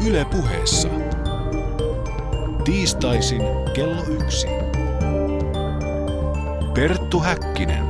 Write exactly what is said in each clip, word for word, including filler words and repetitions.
Yle Puheessa. Tiistaisin kello yksi. Perttu Häkkinen.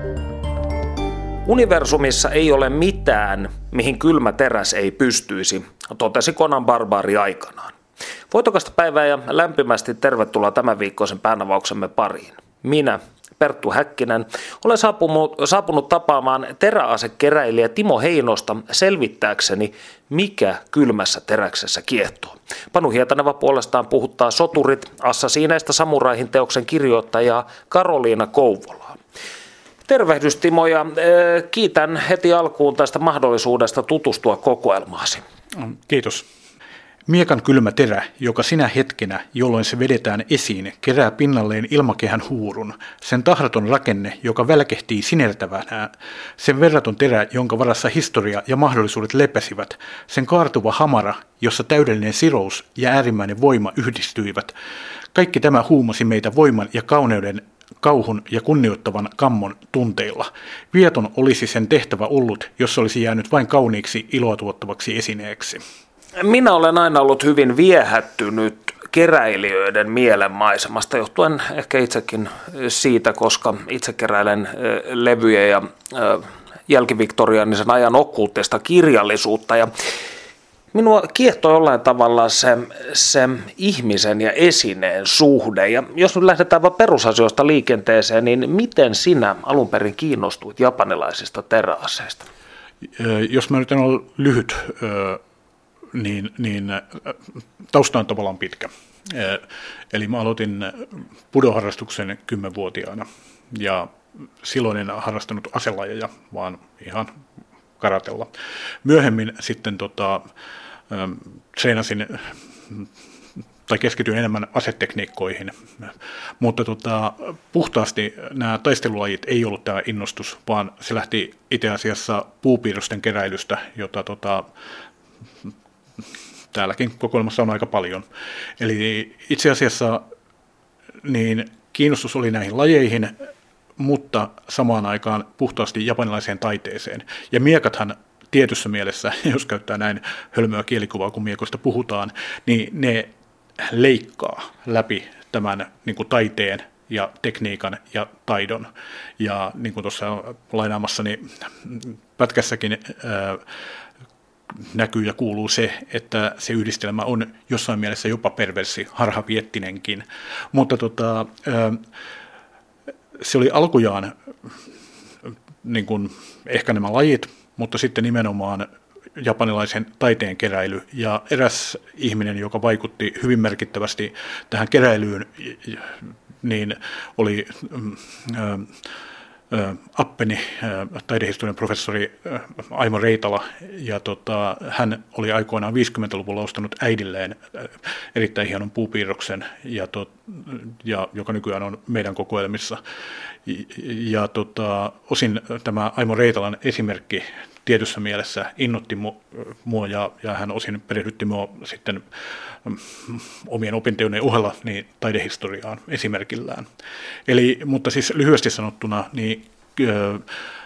Universumissa ei ole mitään, mihin kylmä teräs ei pystyisi, totesi Conan Barbari aikanaan. Voitokasta päivää ja lämpimästi tervetuloa tämän viikkoisen päänavauksemme pariin. Minä, Perttu Häkkinen, olen saapunut, saapunut tapaamaan teräasekeräilijä Timo Heinosta selvittääkseni, mikä kylmässä teräksessä kiehtoo. Panu Hietaneva puolestaan puhuttaa soturit, Assasiineista samuraihin -teoksen kirjoittajaa Karoliina Kouvolaa. Tervehdys Timo ja äh, kiitän heti alkuun tästä mahdollisuudesta tutustua kokoelmaasi. Kiitos. Miekan kylmä terä, joka sinä hetkenä, jolloin se vedetään esiin, kerää pinnalleen ilmakehän huurun, sen tahraton rakenne, joka välkehtii sinertävänä, sen verraton terä, jonka varassa historia ja mahdollisuudet lepäsivät, sen kaartuva hamara, jossa täydellinen sirous ja äärimmäinen voima yhdistyivät. Kaikki tämä huumasi meitä voiman ja kauneuden, kauhun ja kunnioittavan kammon tunteilla. Vieton olisi sen tehtävä ollut, jos se olisi jäänyt vain kauniiksi iloa tuottavaksi esineeksi. Minä olen aina ollut hyvin viehättynyt keräilijöiden mielenmaisemasta, johtuen ehkä itsekin siitä, koska itse keräilen levyjä ja jälkiviktoriaanisen ajan okkulttista kirjallisuutta. Ja minua kiehtoi jollain tavalla se, se ihmisen ja esineen suhde. Ja jos nyt lähdetään vain perusasioista liikenteeseen, niin miten sinä alun perin kiinnostuit japanilaisista teräaseista? Jos mä nyt en ole lyhyt, niin, niin tausta on tavallaan pitkä. Eli mä aloitin pudoharrastuksen kymmenvuotiaana ja silloin en harrastanut aselajeja, vaan ihan karatella. Myöhemmin sitten tota, treenasin tai keskityin enemmän asetekniikkoihin, mutta tota, puhtaasti nämä taistelulajit ei ollut tämä innostus, vaan se lähti itse asiassa puupiirrosten keräilystä, jota tota, täälläkin kokoelmassa on aika paljon. Eli itse asiassa niin kiinnostus oli näihin lajeihin, mutta samaan aikaan puhtaasti japanilaiseen taiteeseen. Ja miekathan tietyssä mielessä, jos käyttää näin hölmöä kielikuvaa, kun miekoista puhutaan, niin ne leikkaa läpi tämän niin kuin taiteen ja tekniikan ja taidon. Ja niin kuin tuossa lainaamassani pätkässäkin ää, näkyy ja kuuluu se, että se yhdistelmä on jossain mielessä jopa perversi, harhaviettinenkin. Mutta tota, se oli alkujaan niin kuin ehkä nämä lajit, mutta sitten nimenomaan japanilaisen taiteen keräily. Ja eräs ihminen, joka vaikutti hyvin merkittävästi tähän keräilyyn, niin oli Appeni, taidehistorian professori Aimo Reitala, ja tota, hän oli aikoinaan viisikymmentäluvulla ostanut äidilleen erittäin hienon puupiirroksen, ja to, ja, joka nykyään on meidän kokoelmissa. Ja tota, osin tämä Aimo Reitalan esimerkki tietyssä mielessä innotti mua, ja, ja hän osin perehdytti mua sitten omien opintojen ohella niin taidehistoriaan esimerkillään. Eli, mutta siis lyhyesti sanottuna, niin, ö,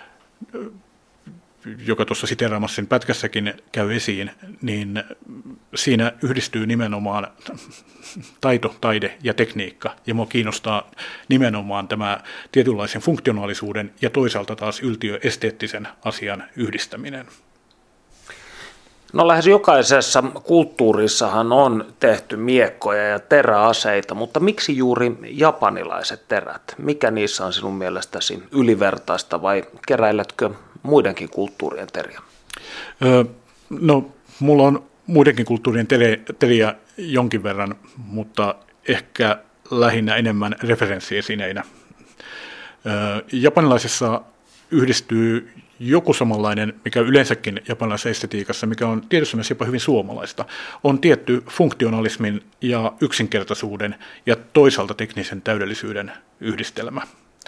joka tuossa siteeraamassa pätkässäkin käy esiin, niin siinä yhdistyy nimenomaan taito, taide ja tekniikka, ja minua kiinnostaa nimenomaan tämä tietynlaisen funktionaalisuuden ja toisaalta taas yltiöesteettisen asian yhdistäminen. No lähes jokaisessa kulttuurissahan on tehty miekkoja ja teräaseita, mutta miksi juuri japanilaiset terät? Mikä niissä on sinun mielestäsi ylivertaista vai keräiletkö muidenkin kulttuurien teriä? Öö, no, mulla on muidenkin kulttuurien teriä jonkin verran, mutta ehkä lähinnä enemmän referenssiesineinä. Öö, japanilaisessa yhdistyy joku samanlainen, mikä yleensäkin japanilaisessa estetiikassa, mikä on tietysti myös jopa hyvin suomalaista, on tietty funktionalismin ja yksinkertaisuuden ja toisaalta teknisen täydellisyyden yhdistelmä.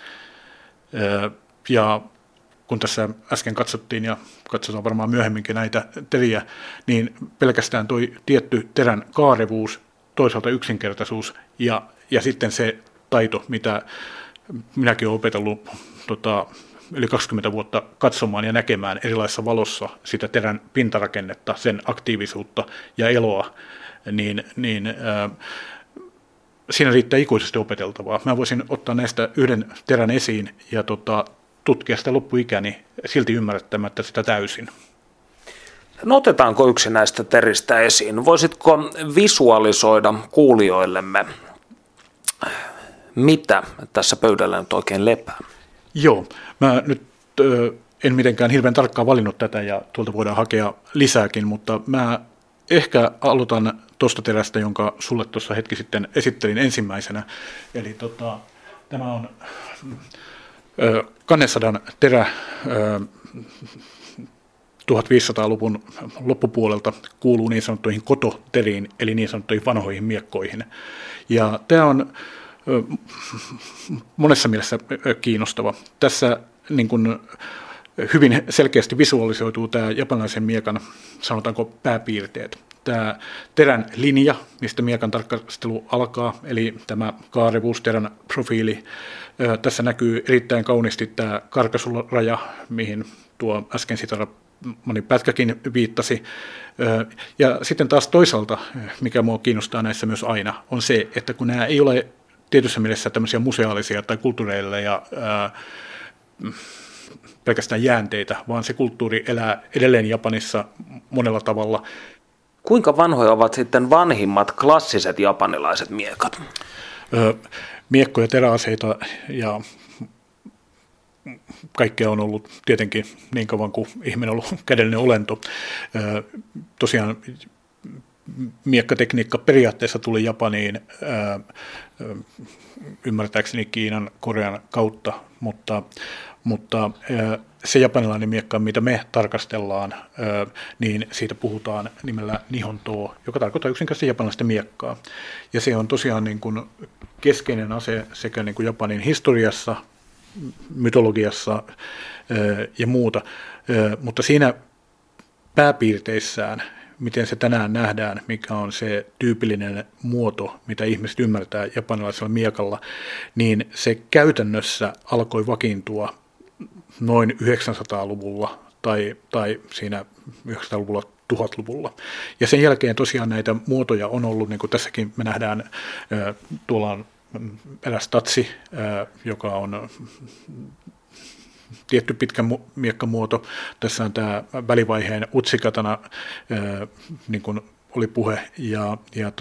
Ja kun tässä äsken katsottiin ja katsotaan varmaan myöhemminkin näitä teriä, niin pelkästään tuo tietty terän kaarevuus, toisaalta yksinkertaisuus ja, ja sitten se taito, mitä minäkin olen opetellut tota, yli kaksikymmentä vuotta katsomaan ja näkemään erilaisessa valossa sitä terän pintarakennetta, sen aktiivisuutta ja eloa, niin, niin ää, siinä riittää ikuisesti opeteltavaa. Mä voisin ottaa näistä yhden terän esiin ja tota, tutkia sitä loppuikäni silti ymmärrettämättä sitä täysin. No otetaanko yksi näistä teristä esiin? Voisitko visualisoida kuulijoillemme, mitä tässä pöydällä nyt oikein lepää? Joo, mä nyt ö, en mitenkään hirveän tarkkaan valinnut tätä ja tuolta voidaan hakea lisääkin, mutta mä ehkä aloitan tuosta terästä, jonka sulle tuossa hetki sitten esittelin ensimmäisenä. Eli tota, tämä on ö, Kannesadan terä ö, tuhatviisisataaluvun loppupuolelta, kuuluu niin sanottuihin kototeriin, eli niin sanottuihin vanhoihin miekkoihin. Ja tämä on ö, monessa mielessä kiinnostava. Tässä niin kuin hyvin selkeästi visualisoituu tämä japanilaisen miekan, sanotaanko, pääpiirteet. Tämä terän linja, mistä miekan tarkastelu alkaa, eli tämä kaarevuus, terän profiili. Tässä näkyy erittäin kauniisti tämä karkaisuraja, mihin tuo äsken sitara moni pätkäkin viittasi. Ja sitten taas toisaalta, mikä minua kiinnostaa näissä myös aina, on se, että kun nämä ei ole tietyssä mielessä tämmöisiä museaalisia tai kulttuureille ja ää, pelkästään jäänteitä, vaan se kulttuuri elää edelleen Japanissa monella tavalla. Kuinka vanhoja ovat sitten vanhimmat klassiset japanilaiset miekat? Öö, miekkoja, teräaseita ja kaikkea on ollut tietenkin niin kauan kuin ihminen on ollut kädellinen olento. Öö, tosiaan miekkatekniikka periaatteessa tuli Japaniin öö, ymmärtääkseni Kiinan, Korean kautta, mutta, mutta öö, se japanilainen miekka, mitä me tarkastellaan, öö, niin siitä puhutaan nimellä Nihon-to, joka tarkoittaa yksinkertaisesti japanilaista miekkaa. Ja se on tosiaan niin kuin keskeinen ase sekä niin kuin Japanin historiassa, mytologiassa öö, ja muuta, öö, mutta siinä pääpiirteissään, miten se tänään nähdään, mikä on se tyypillinen muoto, mitä ihmiset ymmärtää japanilaisella miekalla, niin se käytännössä alkoi vakiintua noin yhdeksänsataaluvulla tai, tai siinä yhdeksänsataaluvulla, tuhatluvulla. Ja sen jälkeen tosiaan näitä muotoja on ollut, niin kuin tässäkin me nähdään, tuolla on eräs tatsi, joka on tietty pitkä miekkamuoto. Tässä on tämä välivaiheen utsikatana, niin kuin oli puhe, ja, ja,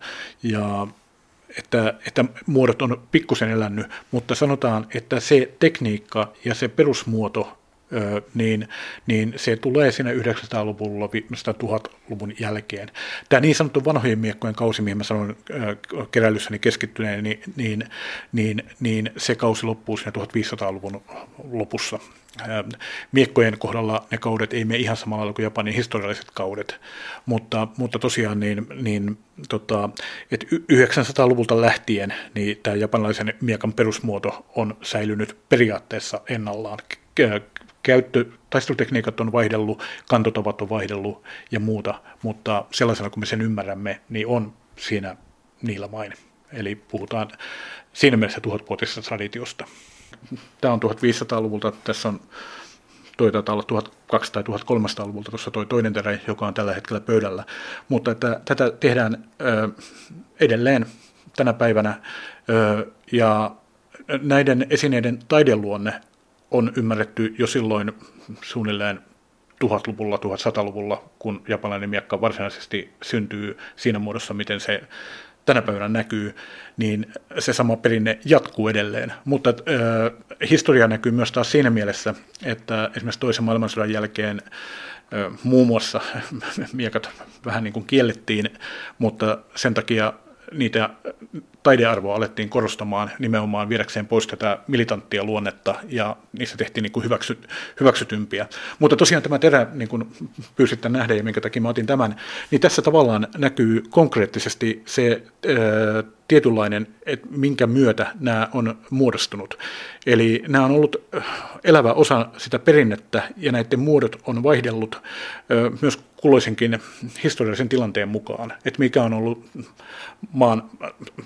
ja että, että muodot on pikkusen elänyt, mutta sanotaan, että se tekniikka ja se perusmuoto, niin, niin se tulee siinä yhdeksänsataaluvulla, tuhatluvun jälkeen. Tämä niin sanottu vanhojen miekkojen kausi, mihin mä sanoin keräilyssäni keskittyneen, niin, niin, niin, niin se kausi loppuu siinä tuhatviisisataaluvun lopussa. Miekkojen kohdalla ne kaudet ei mene ihan samalla lailla kuin Japanin historialliset kaudet, mutta, mutta tosiaan niin, niin, tota, että yhdeksänsataaluvulta lähtien niin tämä japanilaisen miekan perusmuoto on säilynyt periaatteessa ennallaan. Käyttö, taistelutekniikat on vaihdellut, kantotavat on vaihdellut ja muuta, mutta sellaisena kuin me sen ymmärrämme, niin on siinä niillä main. Eli puhutaan siinä mielessä tuhatvuotisesta traditiosta. Tämä on tuhatviisisataaluvulta, tässä on toi taitaa olla tuhatkaksisataa- tai tuhatkolmesataaluvulta tuossa toi toinen terä, joka on tällä hetkellä pöydällä. Mutta että tätä tehdään ö, edelleen tänä päivänä ö, ja näiden esineiden taideluonne on ymmärretty jo silloin suunnilleen tuhatluvulla, tuhatsataluvulla, kun japanilainen miekka varsinaisesti syntyy siinä muodossa, miten se tänä päivänä näkyy, niin se sama perinne jatkuu edelleen. Mutta äh, historia näkyy myös taas siinä mielessä, että esimerkiksi toisen maailmansodan jälkeen äh, muun muassa miekat vähän niin kuin kiellettiin, mutta sen takia niitä taidearvoa alettiin korostamaan nimenomaan viedäkseen pois tätä militanttia luonnetta, ja niissä tehtiin niin kuin hyväksy, hyväksytympiä. Mutta tosiaan tämä terä, niin kuin pyysit nähdä, ja minkä takia mä otin tämän, niin tässä tavallaan näkyy konkreettisesti se ää, tietynlainen, että minkä myötä nämä on muodostunut. Eli nämä on ollut elävä osa sitä perinnettä, ja näiden muodot on vaihdellut ää, myös kulloisenkin historiallisen tilanteen mukaan, että mikä on ollut maan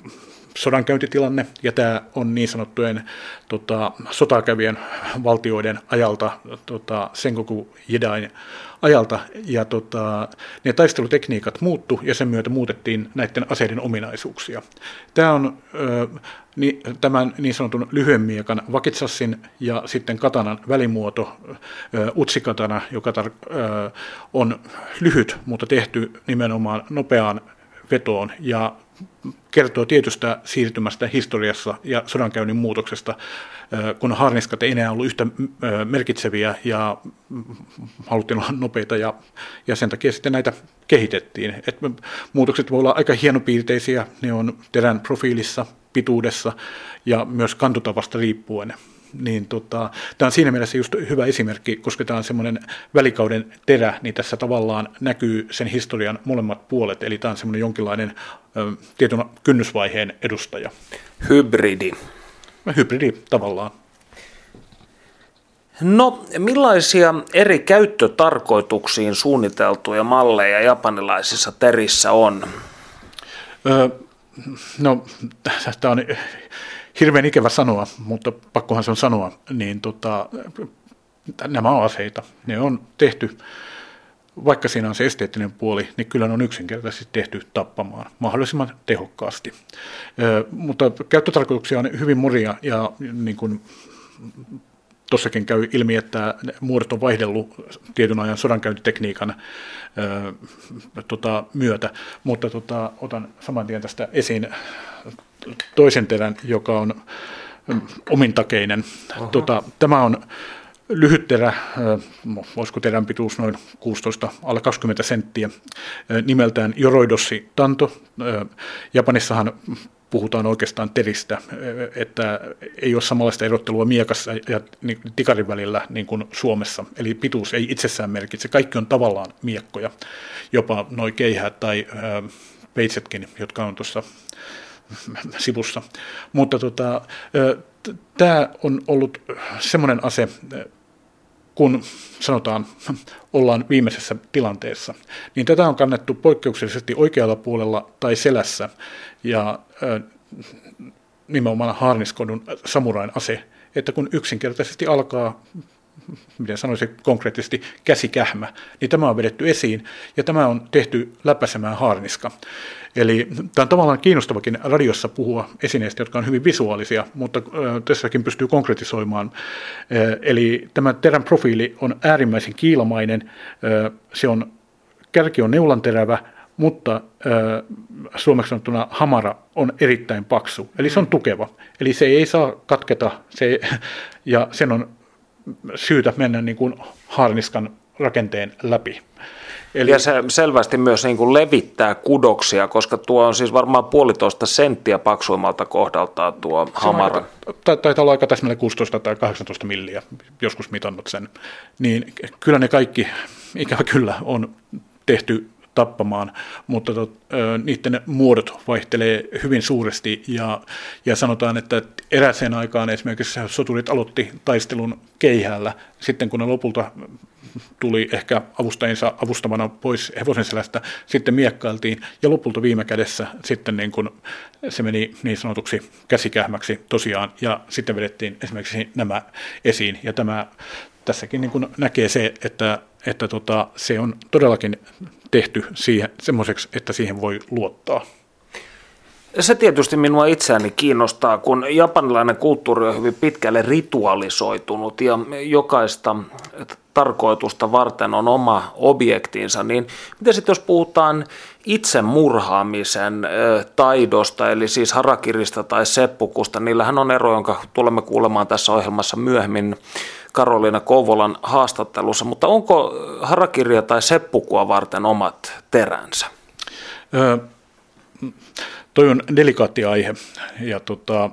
sodankäyntitilanne, ja tämä on niin sanottujen tota, sotakävien valtioiden ajalta, tota, Sengoku Jidain ajalta, ja tota, ne taistelutekniikat muuttu, ja sen myötä muutettiin näiden aseiden ominaisuuksia. Tämä on ö, ni, tämän niin sanotun lyhyen miekan wakitsassin ja sitten katanan välimuoto, ö, utsikatana, joka tar- ö, on lyhyt, mutta tehty nimenomaan nopeaan vetoon, ja kertoo tietystä siirtymästä historiassa ja sodankäynnin muutoksesta, kun harniskat ei enää ollut yhtä merkitseviä ja haluttiin olla nopeita, ja, ja sen takia sitten näitä kehitettiin. Et muutokset voi olla aika hienopiirteisiä, ne on terän profiilissa, pituudessa ja myös kantotavasta riippuen. Niin tota, tämä on siinä mielessä just hyvä esimerkki, koska tämä on semmoinen välikauden terä, niin tässä tavallaan näkyy sen historian molemmat puolet, eli tämä on semmoinen jonkinlainen ö, tietyn kynnysvaiheen edustaja. Hybridi. Hybridi tavallaan. No, millaisia eri käyttötarkoituksiin suunniteltuja malleja japanilaisissa terissä on? Ö, no, tämä on hirveän ikävä sanoa, mutta pakkohan se on sanoa, niin tota, nämä on aseita. Ne on tehty, vaikka siinä on se esteettinen puoli, niin kyllä ne on yksinkertaisesti tehty tappamaan mahdollisimman tehokkaasti. Ö, mutta käyttötarkoituksia on hyvin monia, ja niin kuin tuossakin käy ilmi, että muodot on vaihdellut tietyn ajan sodankäyntitekniikan ö, tota, myötä, mutta tota, otan saman tien tästä esiin toisen terän, joka on omintakeinen. Tota, tämä on lyhyt terä, voisiko terän pituus noin kuusitoista alle kaksikymmentä senttiä, nimeltään Yoroidossi Tanto. Japanissahan puhutaan oikeastaan teristä, että ei ole samanlaista erottelua miekassa ja tikarin välillä niin kuin Suomessa. Eli pituus ei itsessään merkitse. Kaikki on tavallaan miekkoja, jopa nuo keihäät tai peitsetkin, jotka on tuossa sivussa. Mutta tota, tämä on ollut semmoinen ase, kun sanotaan, ollaan viimeisessä tilanteessa, niin tätä on kannettu poikkeuksellisesti oikealla puolella tai selässä, ja äh, nimenomaan haarniskodun samurain ase, että kun yksinkertaisesti alkaa, miten sanoisin konkreettisesti, käsikähmä, niin tämä on vedetty esiin, ja tämä on tehty läpäisemään haarniska. Eli tämä on tavallaan kiinnostavakin radiossa puhua esineistä, jotka on hyvin visuaalisia, mutta äh, tässäkin pystyy konkretisoimaan. Äh, eli tämä terän profiili on äärimmäisen kiilamainen, äh, se on, kärki on neulanterävä, mutta äh, suomeksi sanottuna hamara on erittäin paksu, eli se on tukeva. Eli se ei saa katketa, se, ja sen on syytä mennä niin kuin haarniskan rakenteen läpi. Eli ja se selvästi myös niin kuin levittää kudoksia, koska tuo on siis varmaan puolitoista senttiä paksuimmalta kohdaltaan tuo hamara. Taitaa olla aika täsmälleen kuusitoista tai kahdeksantoista milliä, joskus mitannut sen. Niin kyllä ne kaikki, ikävä kyllä, on tehty tappamaan, mutta tot, niiden muodot vaihtelee hyvin suuresti, ja, ja sanotaan, että erääseen aikaan esimerkiksi soturit aloitti taistelun keihäällä, sitten kun ne lopulta tuli ehkä avustajinsa avustamana pois hevosen selästä, sitten miekkailtiin, ja lopulta viime kädessä sitten niin kun se meni niin sanotuksi käsikähmäksi tosiaan, ja sitten vedettiin esimerkiksi nämä esiin, ja tämä tässäkin niin kun näkee se, että, että tota, se on todellakin tehty siihen, semmoiseksi, että siihen voi luottaa. Se tietysti minua itseäni kiinnostaa, kun japanilainen kulttuuri on hyvin pitkälle ritualisoitunut ja jokaista tarkoitusta varten on oma objektinsa, niin miten sitten jos puhutaan itsemurhaamisen taidosta, eli siis harakirista tai seppukusta, niillähän on ero, jonka tulemme kuulemaan tässä ohjelmassa myöhemmin Karoliina Kouvolan haastattelussa, mutta onko harakirja tai seppukua varten omat teränsä? Öö, toi on delikaatti aihe, ja, tota,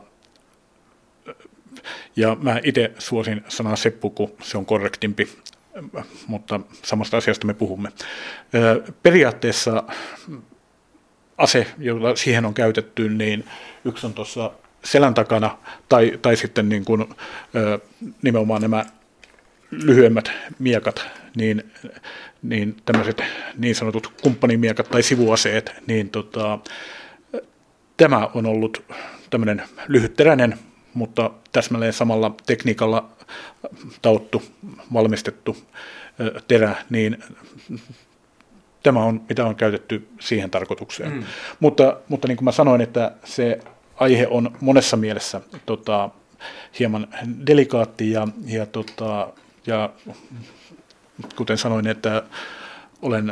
ja mä itse suosin sanaa seppuku, se on korrektimpi, mutta samasta asiasta me puhumme. Öö, periaatteessa ase, jota siihen on käytetty, niin yksi on tuossa selän takana, tai, tai sitten niin kuin, ö, nimenomaan nämä lyhyemmät miekat, niin, niin tämmöiset niin sanotut kumppanimiekat tai sivuaseet, niin tota, tämä on ollut tämmöinen lyhytteräinen, mutta täsmälleen samalla tekniikalla taottu, valmistettu terä, niin tämä on, mitä on käytetty siihen tarkoitukseen. Mm. Mutta, mutta niin kuin mä sanoin, että se aihe on monessa mielessä tota, hieman delikaatti ja, ja, tota, ja kuten sanoin, että olen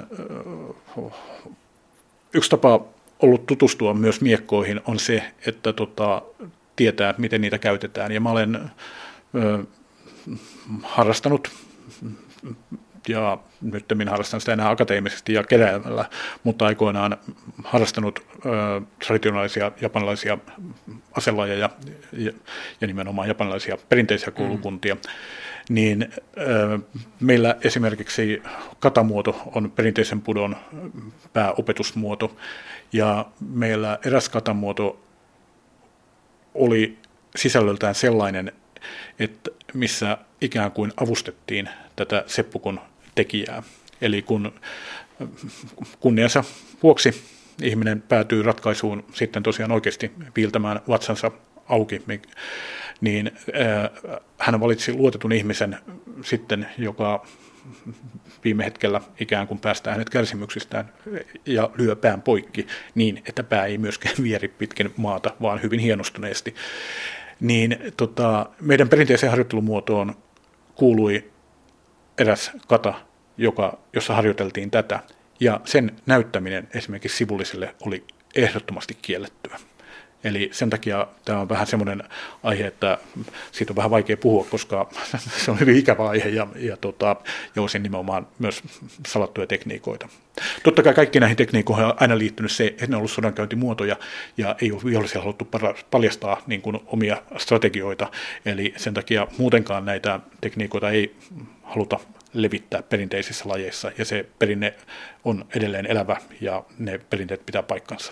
yksi tapa ollut tutustua myös miekkoihin on se, että tota, tietää, miten niitä käytetään. Ja mä olen ö, harrastanut, ja nyt minä harrastan sitä enää akateemisesti ja keräämällä, mutta aikoinaan harrastanut ö, traditionaalisia japanilaisia aselajeja ja, ja nimenomaan japanilaisia perinteisiä koulukuntia. Mm. Niin ö, meillä esimerkiksi katamuoto on perinteisen pudon pääopetusmuoto, ja meillä eräs katamuoto oli sisällöltään sellainen, että missä ikään kuin avustettiin tätä seppukon tekijää. Eli kun kunniansa vuoksi ihminen päätyy ratkaisuun sitten tosiaan oikeasti piiltämään vatsansa auki, niin äh, hän valitsi luotetun ihmisen sitten, joka viime hetkellä ikään kuin päästää hänet kärsimyksistään ja lyö pään poikki niin, että pää ei myöskään vieri pitkin maata, vaan hyvin hienostuneesti. Niin tota, meidän perinteiseen harjoittelumuotoon kuului eräs kata, joka, jossa harjoiteltiin tätä, ja sen näyttäminen esimerkiksi sivulliselle oli ehdottomasti kiellettyä. Eli sen takia tämä on vähän semmoinen aihe, että siitä on vähän vaikea puhua, koska se on hyvin ikävä aihe ja, ja, tota, ja osin nimenomaan myös salattuja tekniikoita. Totta kai kaikki näihin tekniikoihin on aina liittynyt se, että ne on ollut sodankäyntimuotoja ja ei ole vihollisia haluttu paljastaa niin kuin omia strategioita. Eli sen takia muutenkaan näitä tekniikoita ei haluta levittää perinteisissä lajeissa, ja se perinne on edelleen elävä ja ne perinteet pitää paikkansa.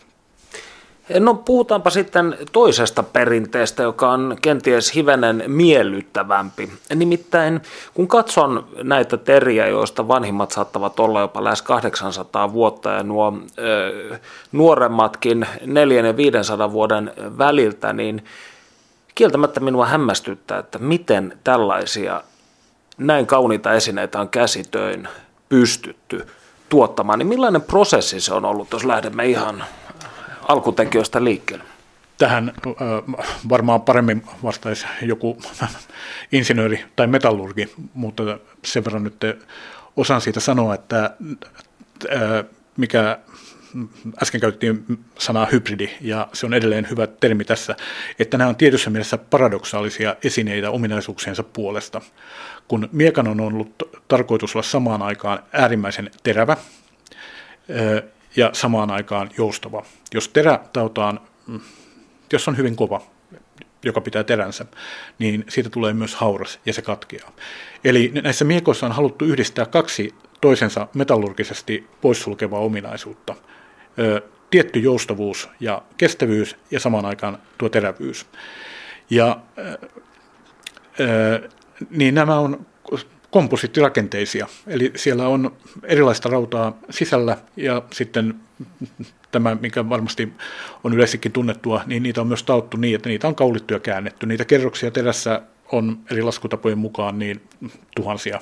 No puhutaanpa sitten toisesta perinteestä, joka on kenties hivenen miellyttävämpi. Nimittäin kun katson näitä teriä, joista vanhimmat saattavat olla jopa lähes kahdeksansataa vuotta ja nuo ö, nuoremmatkin neljän ja viidensadan vuoden väliltä, niin kieltämättä minua hämmästyttää, että miten tällaisia näin kauniita esineitä on käsitöin pystytty tuottamaan. Niin millainen prosessi se on ollut, jos lähdemme ihan alkutekijöistä liikkeelle? Tähän äh, varmaan paremmin vastaisi joku insinööri tai metallurgi, mutta sen verran nyt osaan siitä sanoa, että äh, mikä äsken käytettiin sanaa hybridi, ja se on edelleen hyvä termi tässä, että nämä on tietyssä mielessä paradoksaalisia esineitä ominaisuuksiensa puolesta. Kun miekan on ollut tarkoitus olla samaan aikaan äärimmäisen terävä, äh, ja samaan aikaan joustava. Jos terä tautaan, jos on hyvin kova, joka pitää teränsä, niin siitä tulee myös hauras ja se katkeaa. Eli näissä miekoissa on haluttu yhdistää kaksi toisensa metallurgisesti poissulkevaa ominaisuutta. Ö, tietty joustavuus ja kestävyys ja samaan aikaan tuo terävyys. Ja ö, ö, niin nämä on komposiittirakenteisia, eli siellä on erilaista rautaa sisällä ja sitten tämä, mikä varmasti on yleisestikin tunnettua, niin niitä on myös taottu niin, että niitä on kaulittu ja käännetty. Niitä kerroksia terässä on eri laskutapojen mukaan niin tuhansia.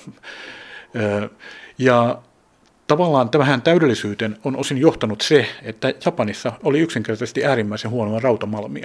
Ja tavallaan tähän täydellisyyteen on osin johtanut se, että Japanissa oli yksinkertaisesti äärimmäisen huonoa rautamalmia.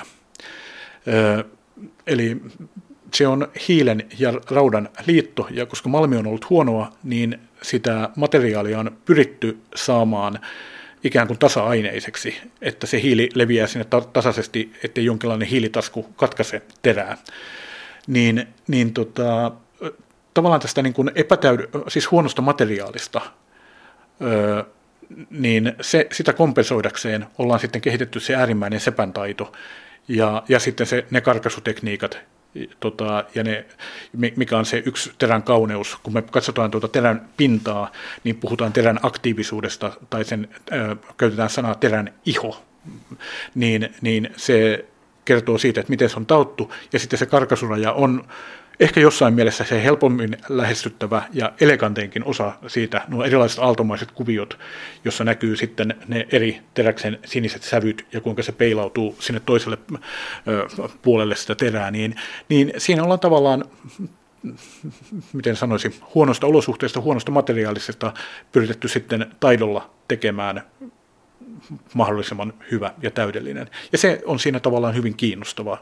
Eli se on hiilen ja raudan liitto, ja koska malmi on ollut huonoa, niin sitä materiaalia on pyritty saamaan ikään kuin tasa-aineiseksi, että se hiili leviää sinne tasaisesti, ettei jonkinlainen hiilitasku katkaise terää. Niin, niin tota, tavallaan tästä niin kuin epätäyd- siis huonosta materiaalista, öö, niin se, sitä kompensoidakseen ollaan sitten kehitetty se äärimmäinen sepäntaito ja, ja sitten se, ne karkaisutekniikat, Tota, ja ne, mikä on se yksi terän kauneus, kun me katsotaan tuota terän pintaa, niin puhutaan terän aktiivisuudesta, tai sen, ö, käytetään sanaa terän iho, niin, niin se kertoo siitä, että miten se on taottu, ja sitten se karkaisuraja on ehkä jossain mielessä se helpommin lähestyttävä ja eleganteinkin osa siitä, nuo erilaiset aaltomaiset kuviot, jossa näkyy sitten ne eri teräksen siniset sävyt ja kuinka se peilautuu sinne toiselle ö, puolelle sitä terää, niin, niin siinä ollaan tavallaan, miten sanoisin, huonosta olosuhteista, huonosta materiaalisesta pyritetty sitten taidolla tekemään mahdollisimman hyvä ja täydellinen. Ja se on siinä tavallaan hyvin kiinnostava.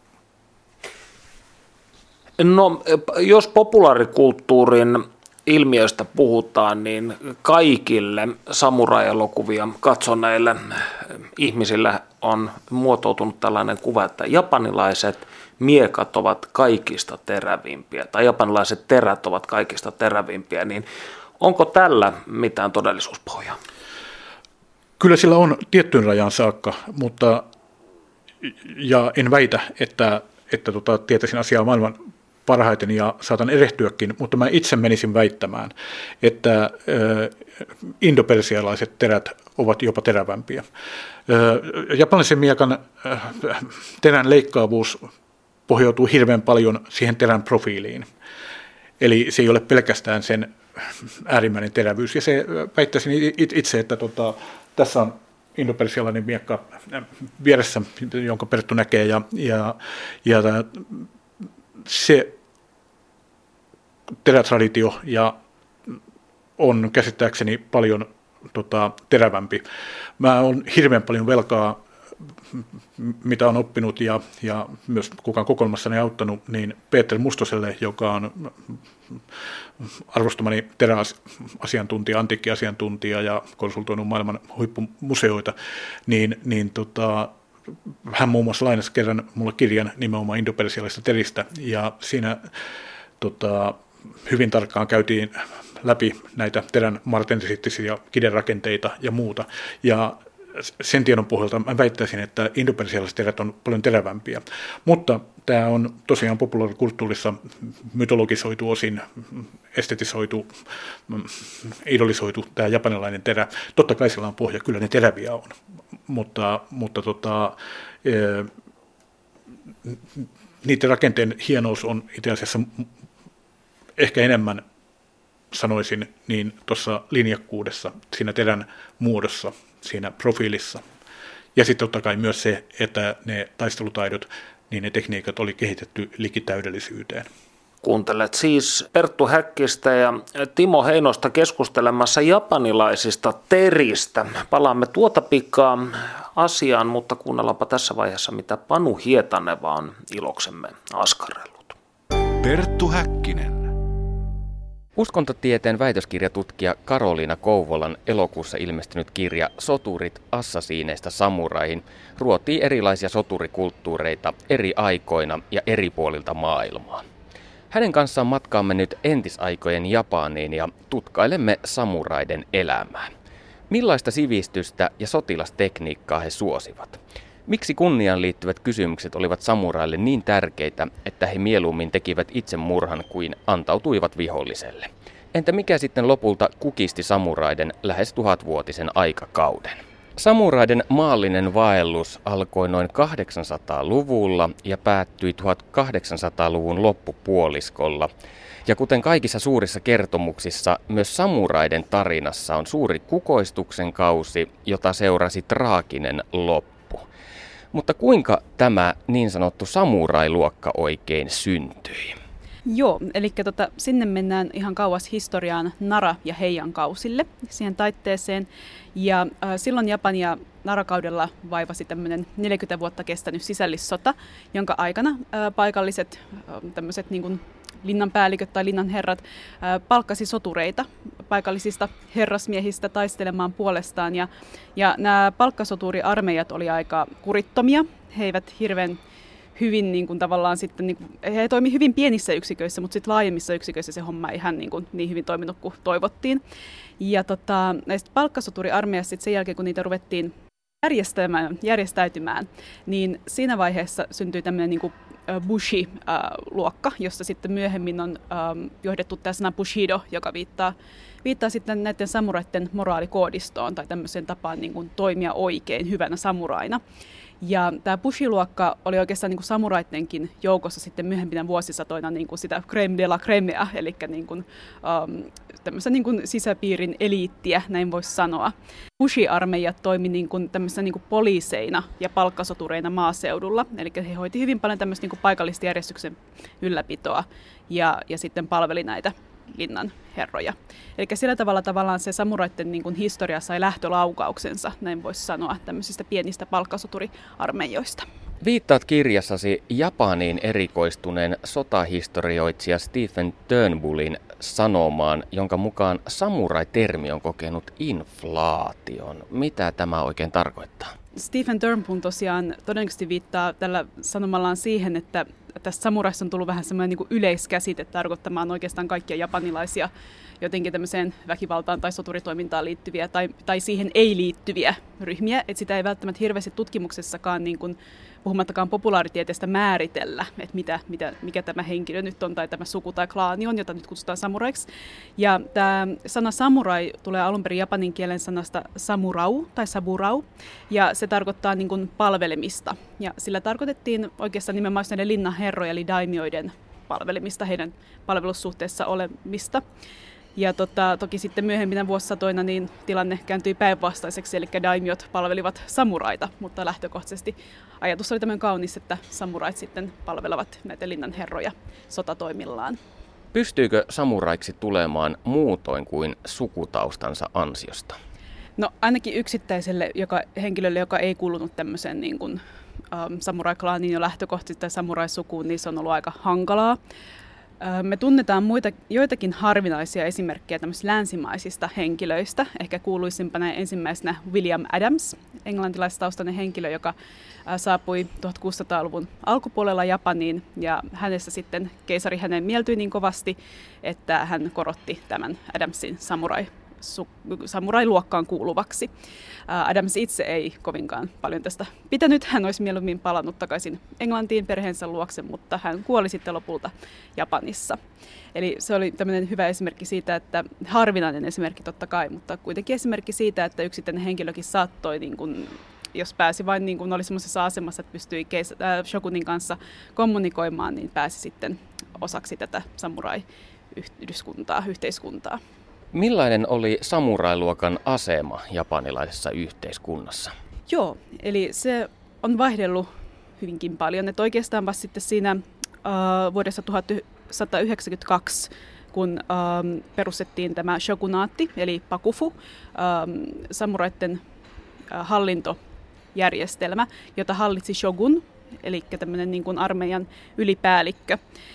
No, jos populaarikulttuurin ilmiöistä puhutaan, niin kaikille samurai-elokuvia katsoneille ihmisille on muotoutunut tällainen kuva, että japanilaiset miekat ovat kaikista terävimpiä, tai japanilaiset terät ovat kaikista terävimpiä, niin onko tällä mitään todellisuuspohjaa? Kyllä sillä on tiettyyn rajaan saakka, mutta ja en väitä, että, että tota, tietäisin asiaa maailman parhaiten ja saatan erehtyäkin, mutta mä itse menisin väittämään, että äh, indopersialaiset terät ovat jopa terävämpiä. Äh, japanilaisen miekan äh, terän leikkaavuus pohjautuu hirveän paljon siihen terän profiiliin. Eli se ei ole pelkästään sen äärimmäinen terävyys. Ja se väittäisin itse, että tota, tässä on indopersialainen miekka vieressä, jonka Perttu näkee, ja, ja, ja se terätraditio ja on käsittääkseni paljon tota, terävämpi. Mä oon hirveän paljon velkaa, mitä on oppinut ja, ja myös kukaan kokoelmassani auttanut, niin Peter Mustoselle, joka on arvostamani teräasiantuntija, antiikkiasiantuntija ja konsultoinut maailman huippumuseoita, niin, niin tota, hän muun muassa lainasi kerran mulle kirjan nimenomaan indopersialaisista teristä, ja siinä tota, hyvin tarkkaan käytiin läpi näitä terän martensisittisiä kiderakenteita ja muuta, ja sen tiedon pohjalta mä väittäisin, että indopersialaiset terät on paljon terävämpiä, mutta tämä on tosiaan populaarikulttuurissa mytologisoitu osin, estetisoitu, idolisoitu tämä japanilainen terä. Totta kai sillä on pohja, kyllä ne teräviä on, mutta, mutta tota, e, niiden rakenteen hienous on itse asiassa ehkä enemmän, sanoisin, niin tuossa linjakkuudessa, siinä terän muodossa, siinä profiilissa. Ja sitten totta kai myös se, että ne taistelutaidot, niin ne tekniikat oli kehitetty likitäydellisyyteen. Kuuntelet siis Perttu Häkkistä ja Timo Heinosta keskustelemassa japanilaisista teristä. Palaamme tuota pikaa asiaan, mutta kuunnellaanpa tässä vaiheessa, mitä Panu Hietaneva on iloksemme askarrellut. Perttu Häkkinen. Uskontotieteen väitöskirjatutkija Karoliina Kouvolan elokuussa ilmestynyt kirja Soturit assasiineista samuraihin ruotii erilaisia soturikulttuureita eri aikoina ja eri puolilta maailmaa. Hänen kanssaan matkaamme nyt entisaikojen Japaniin ja tutkailemme samuraiden elämää. Millaista sivistystä ja sotilastekniikkaa he suosivat? Miksi kunniaan liittyvät kysymykset olivat samuraille niin tärkeitä, että he mieluummin tekivät itsemurhan kuin antautuivat viholliselle? Entä mikä sitten lopulta kukisti samuraiden lähes tuhatvuotisen aikakauden? Samuraiden maallinen vaellus alkoi noin kahdeksansataaluvulla ja päättyi tuhatkahdeksansataaluvun loppupuoliskolla. Ja kuten kaikissa suurissa kertomuksissa, myös samuraiden tarinassa on suuri kukoistuksen kausi, jota seurasi traaginen loppu. Mutta kuinka tämä niin sanottu samurailuokka oikein syntyi? Joo, eli tota, sinne mennään ihan kauas historiaan Nara- ja Heian kausille, siihen taitteeseen. Ja äh, silloin Japania Narakaudella vaivasi tämmöinen neljäkymmentä vuotta kestänyt sisällissota, jonka aikana äh, paikalliset äh, tämmöiset niin kuin linnanpäälliköt tai linnanherrat äh, palkkasi sotureita paikallisista herrasmiehistä taistelemaan puolestaan. Ja, ja nämä palkkasoturiarmeijat oli aika kurittomia. He eivät hirveän hyvin niin kuin tavallaan sitten, niin kuin, he toimivat hyvin pienissä yksiköissä, mutta sitten laajemmissa yksiköissä se homma ei ihan niin, kuin, niin hyvin toiminut kuin toivottiin. Ja tota, näistä palkkasoturiarmeijasta sitten sen jälkeen, kun niitä ruvettiin järjestämään, järjestäytymään, niin siinä vaiheessa syntyi tämmöinen niin kuin Bushi-luokka, josta sitten myöhemmin on ähm, johdettu tämä sana Bushido, joka viittaa viittaa sitten näiden samuraiden moraalikoodistoon tai tämmöiseen tapaan niin kuin toimia oikein hyvänä samuraina. Ja tämä Bushi-luokka oli oikeastaan niin kuin samuraittenkin joukossa sitten myöhempinä vuosisatoina niin kuin sitä crème de la crèmea, eli niin kuin, um, tämmöistä niin kuin sisäpiirin eliittiä, näin voisi sanoa. Bushi-armeijat toimi niin kuin tämmöisenä niin kuin poliiseina ja palkkasotureina maaseudulla, eli he hoiti hyvin paljon tämmöistä niin kuin paikallista järjestyksen ylläpitoa ja, ja sitten palveli näitä linnan herroja. Eli sillä tavalla tavallaan se samuraitten niin kuin historia sai lähtölaukauksensa, näin voisi sanoa, tämmöisistä pienistä palkkasoturiarmeijoista. Viittaat kirjassasi Japaniin erikoistuneen sotahistorioitsija Stephen Turnbullin sanomaan, jonka mukaan samurai-termi on kokenut inflaation. Mitä tämä oikein tarkoittaa? Stephen Turnbull tosiaan todennäköisesti viittaa tällä sanomallaan siihen, että tästä samuraista on tullut vähän semmoinen niin kuin yleiskäsite tarkoittamaan oikeastaan kaikkia japanilaisia jotenkin tämmöiseen väkivaltaan tai soturitoimintaan liittyviä tai, tai siihen ei liittyviä ryhmiä. Että sitä ei välttämättä hirveästi tutkimuksessakaan, niin kuin, puhumattakaan populaaritieteestä, määritellä, että mitä, mitä, mikä tämä henkilö nyt on tai tämä suku tai klaani on, jota nyt kutsutaan samuraiksi. Ja tämä sana samurai tulee alun perin japanin kielen sanasta samurau tai saburau, ja se tarkoittaa niin kuin palvelemista. Ja sillä tarkoitettiin oikeastaan nimenomaan näiden linnanherroja eli daimioiden palvelemista, heidän palvelussuhteessa olemista. Ja tota, toki sitten myöhempinä vuosisatoina niin tilanne kääntyi päinvastaiseksi, eli daimiot palvelivat samuraita, mutta lähtökohtaisesti ajatus oli tämmöinen kaunis, että samurait sitten palvelevat näitä linnanherroja sotatoimillaan. Pystyykö samuraiksi tulemaan muutoin kuin sukutaustansa ansiosta? No ainakin yksittäiselle joka, henkilölle, joka ei kuulunut tämmöiseen niin kuin, ähm, samurai-klaaniin jo lähtökohtaisesti tai samurai-sukuun, niin se on ollut aika hankalaa. Me tunnetaan muita, joitakin harvinaisia esimerkkejä tämmöisistä länsimaisista henkilöistä. Ehkä kuuluisimpana ensimmäisenä William Adams, englantilaistaustainen henkilö, joka saapui tuhatkuusisataaluvun alkupuolella Japaniin. Ja hänestä sitten keisari hänen mieltyi niin kovasti, että hän korotti tämän Adamsin samurai samurailuokkaan kuuluvaksi. Adams itse ei kovinkaan paljon tästä pitänyt. Hän olisi mieluummin palannut takaisin Englantiin perheensä luokse, mutta hän kuoli sitten lopulta Japanissa. Eli se oli tämmöinen hyvä esimerkki siitä, että harvinainen esimerkki totta kai, mutta kuitenkin esimerkki siitä, että yksittäinen henkilökin saattoi, niin kuin, jos pääsi vain niin kuin oli semmoisessa asemassa, että pystyi keis- äh, shogunin kanssa kommunikoimaan, niin pääsi sitten osaksi tätä samurai-yhdyskuntaa, yhteiskuntaa. Millainen oli samurailuokan asema japanilaisessa yhteiskunnassa? Joo, eli se on vaihdellut hyvinkin paljon. Että oikeastaan vasta sitten siinä äh, vuodessa tuhatyhdeksänsataayhdeksänkymmentäkaksi, kun ähm, perustettiin tämä shogunaatti, eli bakufu, ähm, samuraitten äh, hallintojärjestelmä, jota hallitsi shogun, eli tämmöinen niin kuin armeijan ylipäällikkö.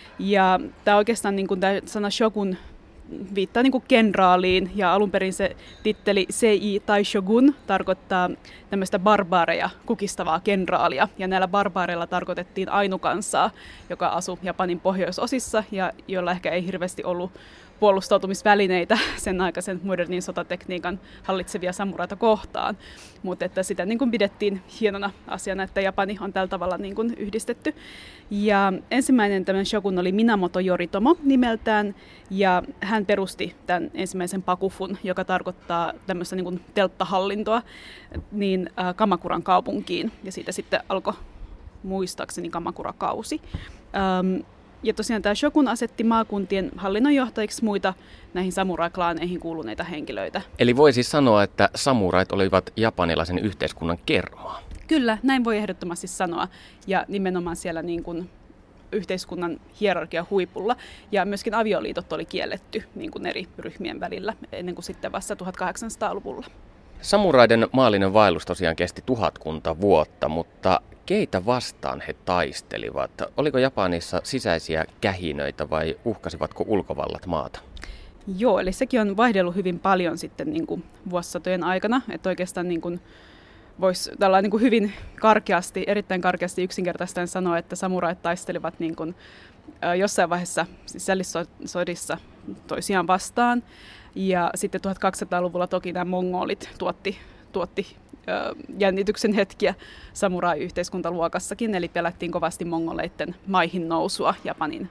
Ja tämä oikeastaan niin kuin tämä sana shogun viittaa niin kuin kenraaliin, ja alun perin se titteli sei tai shogun tarkoittaa tämmöistä barbaareja kukistavaa kenraalia, ja näillä barbaareilla tarkoitettiin ainukansaa, joka asui Japanin pohjoisosissa ja jolla ehkä ei hirveästi ollut puolustautumisvälineitä sen aikaisen modernin sotatekniikan hallitsevia samuraita kohtaan, mutta että sitä niin kuin pidettiin hienona asiana, että Japani on tällä tavalla niin kuin yhdistetty. Ja ensimmäinen tämän shogun oli Minamoto Yoritomo nimeltään, ja hän perusti tämän ensimmäisen bakufun, joka tarkoittaa tämmöistä niin kuin telttahallintoa, niin äh, Kamakuran kaupunkiin, ja siitä sitten alkoi muistaakseni Kamakura-kausi. Ähm, Ja tosiaan tämä shogun asetti maakuntien hallinnonjohtajiksi muita näihin samurai-klaaneihin kuuluneita henkilöitä. Eli voi siis sanoa, että samurait olivat japanilaisen yhteiskunnan kermaa. Kyllä, näin voi ehdottomasti sanoa. Ja nimenomaan siellä niin kuin yhteiskunnan hierarkian huipulla. Ja myöskin avioliitot oli kielletty niin kuin eri ryhmien välillä ennen kuin sitten vasta tuhatkahdeksansataaluvulla. Samuraiden maallinen vaellus tosiaan kesti tuhatkunta vuotta, mutta keitä vastaan he taistelivat? Oliko Japanissa sisäisiä kähinöitä vai uhkasivatko ulkovallat maata? Joo, eli sekin on vaihdellut hyvin paljon sitten niin kuin vuosisatojen aikana, että oikeastaan niin kuin voisi tällä niin kuin hyvin karkeasti, erittäin karkeasti yksinkertaisesti sanoa, että samurait taistelivat niin kuin jossain vaiheessa sisällissodissa toisiaan vastaan. Ja sitten tuhatkaksisataaluvulla toki nämä mongolit tuotti, tuotti jännityksen hetkiä samurai-yhteiskuntaluokassakin, eli pelättiin kovasti mongoleiden maihin nousua Japanin,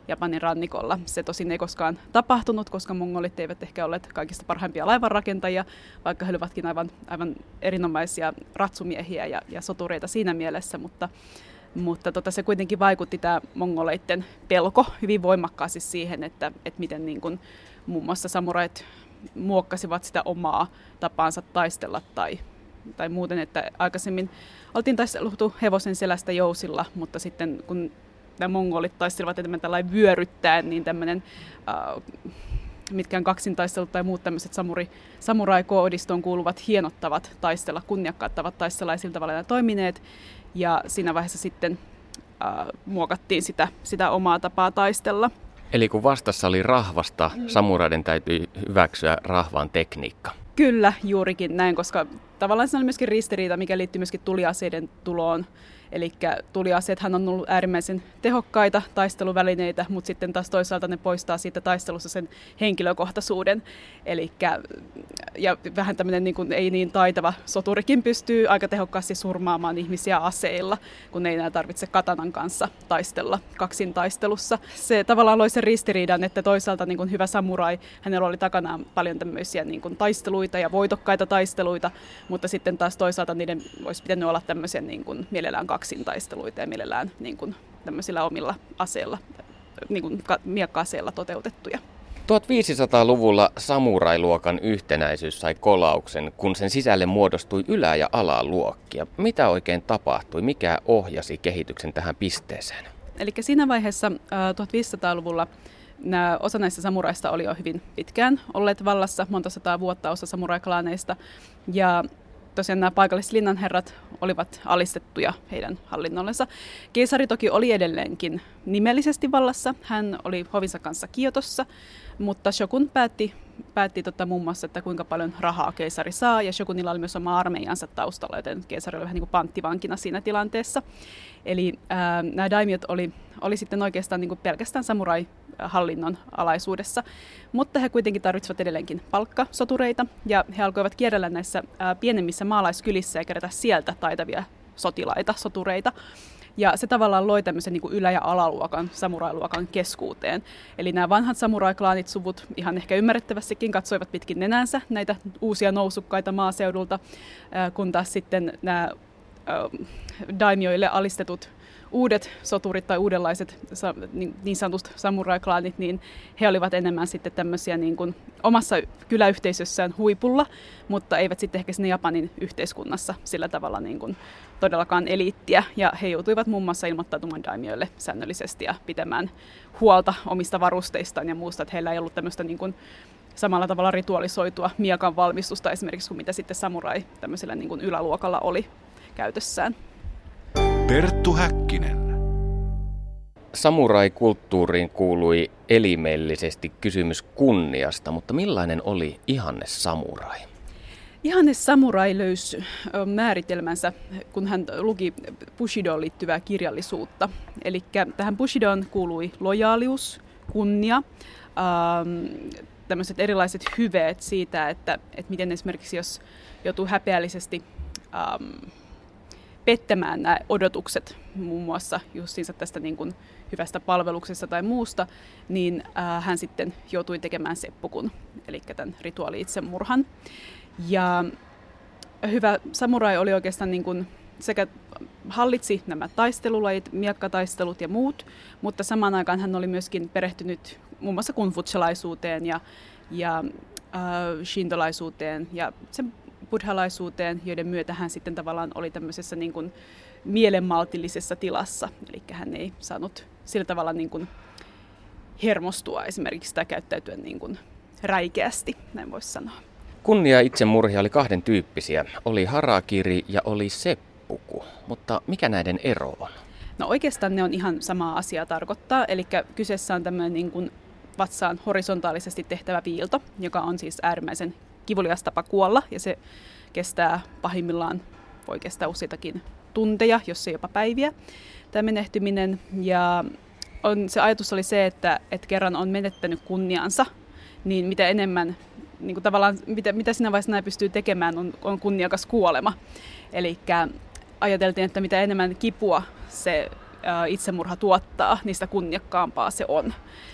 Japanin rannikolla. Se tosin ei koskaan tapahtunut, koska mongolit eivät ehkä olleet kaikista parhaimpia laivanrakentajia, vaikka he olivatkin aivan, aivan erinomaisia ratsumiehiä ja, ja sotureita siinä mielessä, mutta, mutta tota, se kuitenkin vaikutti tämä mongoleiden pelko hyvin voimakkaasti siihen, että, että miten niin kuin, muun muassa samurait muokkasivat sitä omaa tapaansa taistella tai, tai muuten, että aikaisemmin oltiin taisteltu hevosen selästä jousilla, mutta sitten kun nämä mongolit taistelivat enemmän tällainen vyöryttäen, niin tämmöinen äh, mitkään kaksintaistelut tai muut tämmöiset samuri, samurai-koodistoon kuuluvat hienottavat taistella, kunniakkaat tavat taistella ja sillä tavalla nämä toimineet. Ja siinä vaiheessa sitten äh, muokattiin sitä, sitä omaa tapaa taistella. Eli kun vastassa oli rahvasta, samuraiden täytyy hyväksyä rahvan tekniikka. Kyllä, juurikin näin, koska tavallaan se oli myöskin ristiriita, mikä liittyy myöskin tuliaseiden tuloon. Eli tuliaseethan on ollut äärimmäisen tehokkaita taisteluvälineitä, mutta sitten taas toisaalta ne poistaa siitä taistelussa sen henkilökohtaisuuden. Elikkä, ja vähän tämmöinen niin kuin ei niin taitava soturikin pystyy aika tehokkaasti surmaamaan ihmisiä aseilla, kun ei enää tarvitse katanan kanssa taistella kaksintaistelussa. Se tavallaan loi sen ristiriidan, että toisaalta niin kuin hyvä samurai, hänellä oli takanaan paljon tämmöisiä niin kuin taisteluita ja voitokkaita taisteluita, mutta sitten taas toisaalta niiden olisi pitänyt olla tämmöisiä niin kuin mielellään kaksintaisteluita ja mielellään niin kuin tämmöisillä omilla aseilla, niin kuin miekka-aseilla toteutettuja. tuhatviisisataaluvulla samurailuokan yhtenäisyys sai kolauksen, kun sen sisälle muodostui ylä- ja alaluokkia. Mitä oikein tapahtui? Mikä ohjasi kehityksen tähän pisteeseen? Eli siinä vaiheessa tuhatviisisataaluvulla nämä, osa näistä samuraista oli jo hyvin pitkään olleet vallassa, monta sataa vuotta osa samuraiklaaneista. Ja tosiaan nämä paikalliset linnanherrat olivat alistettuja heidän hallinnollensa. Keisari toki oli edelleenkin nimellisesti vallassa. Hän oli hovinsa kanssa Kiotossa, mutta shokun päätti, päätti tota, muun muassa, että kuinka paljon rahaa keisari saa. Ja shokunilla oli myös oma armeijansa taustalla, joten keisari oli vähän niin kuin panttivankina siinä tilanteessa. Eli ää, nämä daimiot oli, oli sitten oikeastaan niin kuin pelkästään samurai-hallinnon alaisuudessa. Mutta he kuitenkin tarvitsivat edelleenkin palkkasotureita ja he alkoivat kierrellä näissä ää, pienemmissä maalaiskylissä ja kerätä sieltä taitavia sotilaita, sotureita. Ja se tavallaan loi tämmöisen niin kuin ylä- ja alaluokan, samurailuokan keskuuteen. Eli nämä vanhat samuraiklaanit, suvut ihan ehkä ymmärrettävästikin katsoivat pitkin nenänsä näitä uusia nousukkaita maaseudulta, kun taas sitten nämä daimioille alistetut uudet soturit tai uudenlaiset niin sanotut samurai-klaanit, niin he olivat enemmän sitten tämmöisiä niin kuin omassa kyläyhteisössään huipulla, mutta eivät sitten ehkä sinne Japanin yhteiskunnassa sillä tavalla niin kuin todellakaan eliittiä. Ja he joutuivat muun muassa ilmoittautumaan daimioille säännöllisesti ja pitämään huolta omista varusteistaan ja muusta, että heillä ei ollut tämmöistä niin kuin samalla tavalla ritualisoitua miekan valmistusta esimerkiksi kuin mitä sitten samurai tämmöisellä niin kuin yläluokalla oli käytössään. Perttu Häkkinen. Samurai-kulttuuriin kuului elimellisesti kysymys kunniasta, mutta millainen oli ihanne samurai? Ihanne samurai löysi määritelmänsä, kun hän luki Bushidoon liittyvää kirjallisuutta. Eli tähän Bushidoon kuului lojaalius, kunnia, ähm, tämmöiset erilaiset hyveet siitä, että, että miten esimerkiksi jos joutuu häpeällisesti ähm, pettämään nämä odotukset muun muassa justiinsa tästä niin kuin hyvästä palveluksesta tai muusta, niin äh, hän sitten joutui tekemään seppukun, eli tämän rituaali-itsemurhan. Ja hyvä samurai oli oikeastaan niin kuin sekä hallitsi nämä taistelulajit, miekkataistelut ja muut, mutta samaan aikaan hän oli myöskin perehtynyt muun muassa kunfutsalaisuuteen ja, ja äh, shintolaisuuteen ja sen buddhalaisuuteen, joiden myötä hän sitten tavallaan oli tämmöisessä niin kuin mielenmaltillisessa tilassa. Eli hän ei saanut sillä tavalla niin kuin hermostua esimerkiksi tai käyttäytyä niin kuin räikeästi, näin voisi sanoa. Kunnia itsemurhia oli kahden tyyppisiä. Oli harakiri ja oli seppuku. Mutta mikä näiden ero on? No oikeastaan ne on ihan samaa asiaa tarkoittaa. Eli kyseessä on tämmöinen niin kuin vatsaan horisontaalisesti tehtävä viilto, joka on siis äärimmäisen kivulias tapa kuolla, ja se kestää pahimmillaan, voi kestää useitakin tunteja, jos ei jopa päiviä, tämä menehtyminen. Ja on, se ajatus oli se, että, että kerran on menettänyt kunniansa, niin mitä enemmän, niin kuin tavallaan, mitä, mitä siinä vaiheessa näin pystyy tekemään, on, on kunniakas kuolema. Eli ajateltiin, että mitä enemmän kipua se itsemurha tuottaa, niin sitä kunniakkaampaa se on.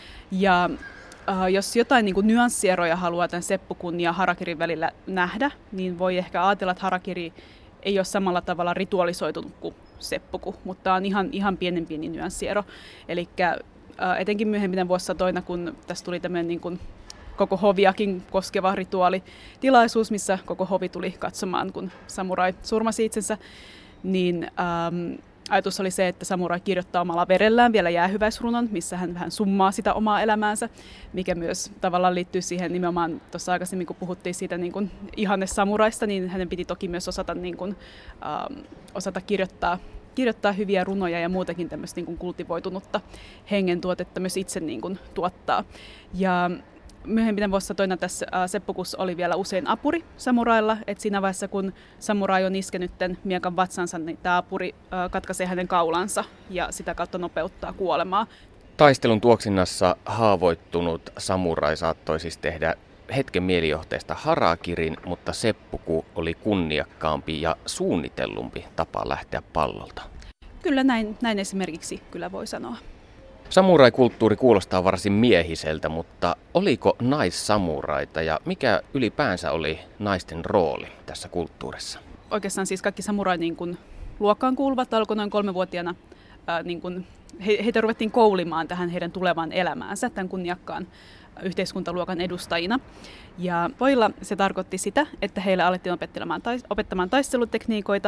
Ja äh, jos jotain niin kuin nyanssieroja haluaa tämän seppukun ja harakirin välillä nähdä, niin voi ehkä ajatella, että harakiri ei ole samalla tavalla ritualisoitunut kuin seppuku, mutta on ihan, ihan pienen pieni nyanssiero. Eli äh, etenkin myöhempinä vuosisatoina, kun tässä tuli tämmöinen niin kuin koko hoviakin koskeva rituaalitilaisuus, missä koko hovi tuli katsomaan, kun samurai surmasi itsensä, niin ähm, ajatus oli se, että samurai kirjoittaa omalla verellään vielä jäähyväisrunon, missä hän vähän summaa sitä omaa elämäänsä, mikä myös tavallaan liittyy siihen nimenomaan, tuossa aikaisemmin kun puhuttiin siitä niin kuin ihanne samuraista, niin hänen piti toki myös osata, niin kuin, ähm, osata kirjoittaa, kirjoittaa hyviä runoja ja muutenkin tämmöistä niin kuin kultivoitunutta hengentuotetta myös itse niin kuin tuottaa. Ja myöhempinä vuosisatoina tässä äh, seppukussa oli vielä usein apuri samurailla, että siinä vaiheessa kun samurai on iskenyt tämän miekan vatsansa, niin tämä apuri äh, katkaisee hänen kaulansa ja sitä kautta nopeuttaa kuolemaa. Taistelun tuoksinnassa haavoittunut samurai saattoi siis tehdä hetken mielijohteesta harakirin, mutta seppuku oli kunniakkaampi ja suunnitellumpi tapa lähteä pallolta. Kyllä näin, näin esimerkiksi kyllä voi sanoa. Samurai-kulttuuri kuulostaa varsin miehiseltä, mutta oliko naissamuraita ja mikä ylipäänsä oli naisten rooli tässä kulttuurissa? Oikeastaan siis kaikki samurai niin kuin luokkaan kuuluvat alkoi noin kolmevuotiaana. Ää, niin kuin he, heitä ruvettiin koulimaan tähän heidän tulevaan elämäänsä, tämän kunniakkaan yhteiskuntaluokan edustajina. Ja pojilla se tarkoitti sitä, että heille alettiin opettelemaan, opettamaan taistelutekniikoita.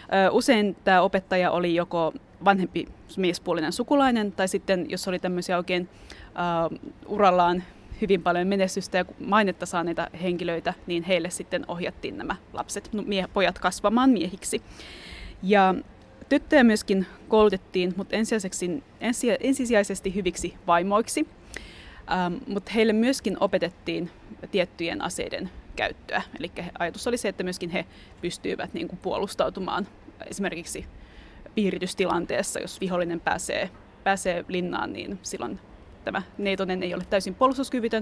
Usein tämä opettaja oli joko vanhempi miespuolinen sukulainen, tai sitten jos oli tämmöisiä oikein uh, urallaan hyvin paljon menestystä ja mainetta saaneita henkilöitä, niin heille sitten ohjattiin nämä lapset, mie- pojat kasvamaan miehiksi. Ja tyttöjä myöskin koulutettiin, mutta ensisijaisesti, ensisijaisesti hyviksi vaimoiksi. Ähm, mutta heille myöskin opetettiin tiettyjen aseiden käyttöä. Eli ajatus oli se, että myöskin he pystyivät niin kuin puolustautumaan esimerkiksi piiritystilanteessa, jos vihollinen pääsee, pääsee linnaan, niin silloin tämä neitonen ei ole täysin puolustuskyvytön.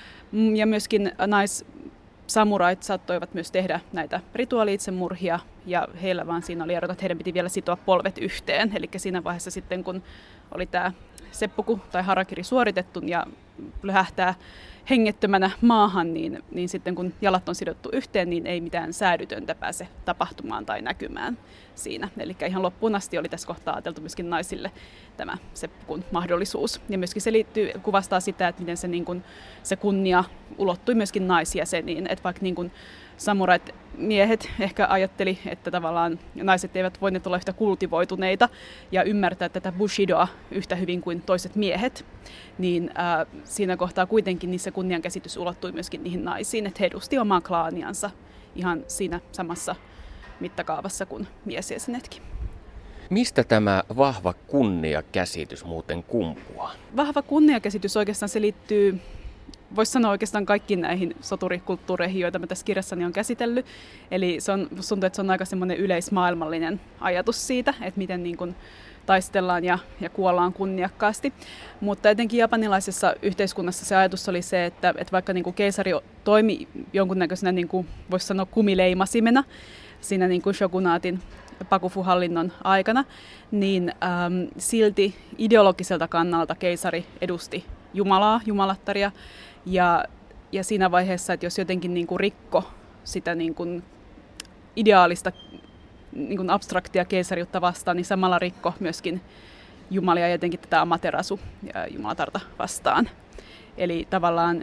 Ja myöskin naissamurait saattoivat myös tehdä näitä rituaali-itsemurhia, ja heillä vaan siinä oli ero, että heidän piti vielä sitoa polvet yhteen. Eli siinä vaiheessa sitten, kun oli tämä seppuku tai harakiri suoritettu ja lähtää hengettömänä maahan, niin, niin sitten kun jalat on sidottu yhteen, niin ei mitään säädytöntä pääse tapahtumaan tai näkymään siinä. Eli ihan loppuun asti oli tässä kohtaa ajateltu myöskin naisille tämä seppukun mahdollisuus. Ja myöskin se liittyy, kuvastaa sitä, että miten se, niin kuin, se kunnia ulottui myöskin naisjäseniin. Että vaikka niin kuin samurait miehet ehkä ajatteli, että tavallaan naiset eivät voineet olla yhtä kultivoituneita ja ymmärtää tätä bushidoa yhtä hyvin kuin toiset miehet, niin ää, siinä kohtaa kuitenkin niissä kunniankäsitys ulottui myöskin niihin naisiin, että he edusti omaa klaaniansa ihan siinä samassa mittakaavassa kuin miesjäsenetkin. Mistä tämä vahva kunniakäsitys muuten kumpuaa? Vahva kunniakäsitys oikeastaan se liittyy, voisi sanoa oikeastaan kaikkiin näihin soturikulttuureihin, joita mä tässä kirjassani on käsitellyt. Eli se on, tuntuu, että se on aika semmoinen yleismaailmallinen ajatus siitä, että miten niin kuin taistellaan ja, ja kuollaan kunniakkaasti. Mutta etenkin japanilaisessa yhteiskunnassa se ajatus oli se, että, että vaikka niin kuin keisari toimi jonkunnäköisenä, niin kuin voisi sanoa kumileimasimena siinä niin kuin shogunaatin Bakufu-hallinnon aikana, niin äm, silti ideologiselta kannalta keisari edusti Jumalaa, jumalattaria, ja, ja siinä vaiheessa, että jos jotenkin niin kuin rikko sitä niin kuin ideaalista niin kuin abstraktia keisariutta vastaan, niin samalla rikko myöskin Jumalia ja jotenkin tätä Amaterasu ja Jumalatarta vastaan. Eli tavallaan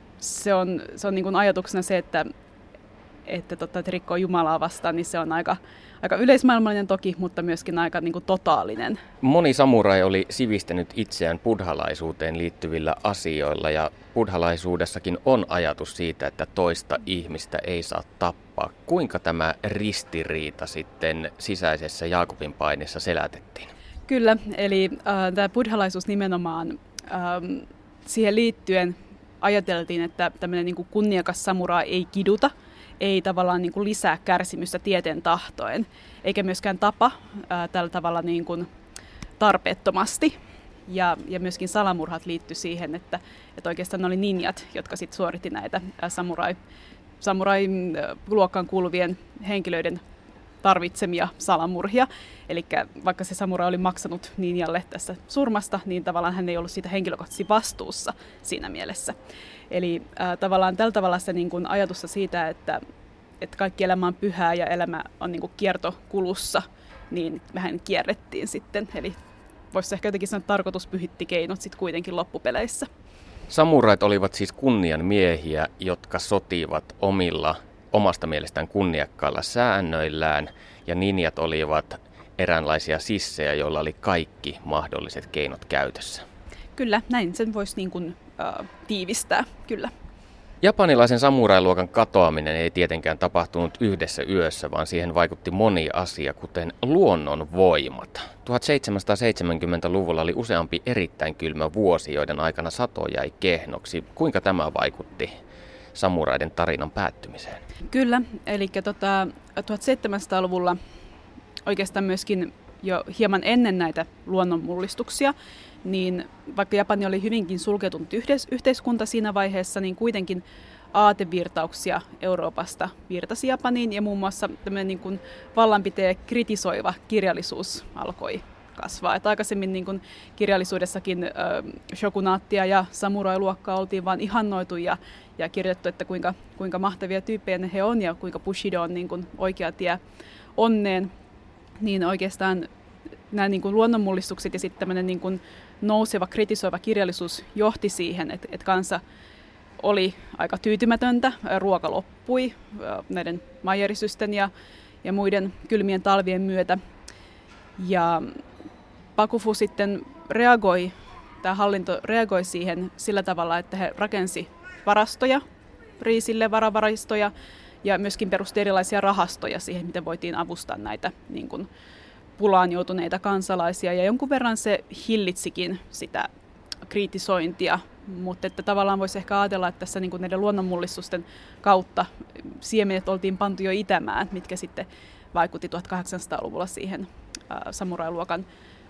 se on, se on niin kuin ajatuksena se, että, että, totta, että rikkoo Jumalaa vastaan, niin se on aika, aika yleismaailmallinen toki, mutta myöskin aika niin kuin totaalinen. Moni samurai oli sivistänyt itseään buddhalaisuuteen liittyvillä asioilla, ja buddhalaisuudessakin on ajatus siitä, että toista ihmistä ei saa tappaa. Kuinka tämä ristiriita sitten sisäisessä Jaakobin painissa selätettiin? Kyllä, eli äh, tämä buddhalaisuus nimenomaan ähm, siihen liittyen ajateltiin, että tämmöinen niin kuin kunniakas samurai ei kiduta, ei tavallaan niin kuin lisää kärsimystä tieten tahtoen, eikä myöskään tapa ää, tällä tavalla niin kuin tarpeettomasti. Ja, ja myöskin salamurhat liittyi siihen, että, että oikeastaan ne oli ninjat, jotka sit suoritti näitä ää, samurai, samurai-luokkaan kuuluvien henkilöiden tarvitsemia salamurhia. Eli vaikka se samurai oli maksanut ninjalle tässä surmasta, niin tavallaan hän ei ollut siitä henkilökohtaisesti vastuussa siinä mielessä. Eli äh, tavallaan tällä tavalla se niin kuin ajatusta siitä, että, että kaikki elämä on pyhää ja elämä on niin kuin kiertokulussa, niin vähän kierrettiin sitten. Eli voisi ehkä jotenkin sanoa, että tarkoitus pyhitti keinot sitten kuitenkin loppupeleissä. Samurait olivat siis kunnian miehiä, jotka sotivat omilla, omasta mielestään kunniakkailla säännöillään, ja ninjat olivat eräänlaisia sissejä, joilla oli kaikki mahdolliset keinot käytössä. Kyllä, näin sen voisi niin kuin, äh, tiivistää, kyllä. Japanilaisen samurailuokan katoaminen ei tietenkään tapahtunut yhdessä yössä, vaan siihen vaikutti moni asia, kuten luonnon voimat. tuhatseitsemänsataaseitsemänkymmentäluvulla oli useampi erittäin kylmä vuosi, joiden aikana sato jäi kehnoksi. Kuinka tämä vaikutti samuraiden tarinan päättymiseen? Kyllä, eli tota, tuhatseitsemänsataaluvulla oikeastaan myöskin jo hieman ennen näitä luonnonmullistuksia, niin vaikka Japani oli hyvinkin sulkeutunut yhteiskunta siinä vaiheessa, niin kuitenkin aatevirtauksia Euroopasta virtasi Japaniin, ja muun muassa tämmöinen niin kuin vallanpitäjä kritisoiva kirjallisuus alkoi kasvaa. Et aikaisemmin niin kuin kirjallisuudessakin äh, shokunaattia ja samurailuokkaa oltiin vaan ihannoitu ja, ja kirjoitettu, että kuinka, kuinka mahtavia tyyppejä he on ja kuinka Bushido on niin kuin oikea tie onneen, niin oikeastaan nämä niin kuin luonnonmullistukset ja sitten tämmöinen niin kuin nouseva, kritisoiva kirjallisuus johti siihen, että, että kansa oli aika tyytymätöntä, ruoka loppui näiden maijerisysten ja, ja muiden kylmien talvien myötä. Ja Bakufu sitten reagoi, tämä hallinto reagoi siihen sillä tavalla, että he rakensi varastoja, riisille varavarastoja, ja myöskin perusti erilaisia rahastoja siihen, miten voitiin avustaa näitä niin kuin pulaan joutuneita kansalaisia, ja jonkun verran se hillitsikin sitä kritisointia, mutta että tavallaan voisi ehkä ajatella, että tässä niin kuin näiden luonnonmullistusten kautta siemenet oltiin pantu jo itämään, mitkä sitten vaikutti tuhatkahdeksansataaluvulla siihen ää, samurailuokan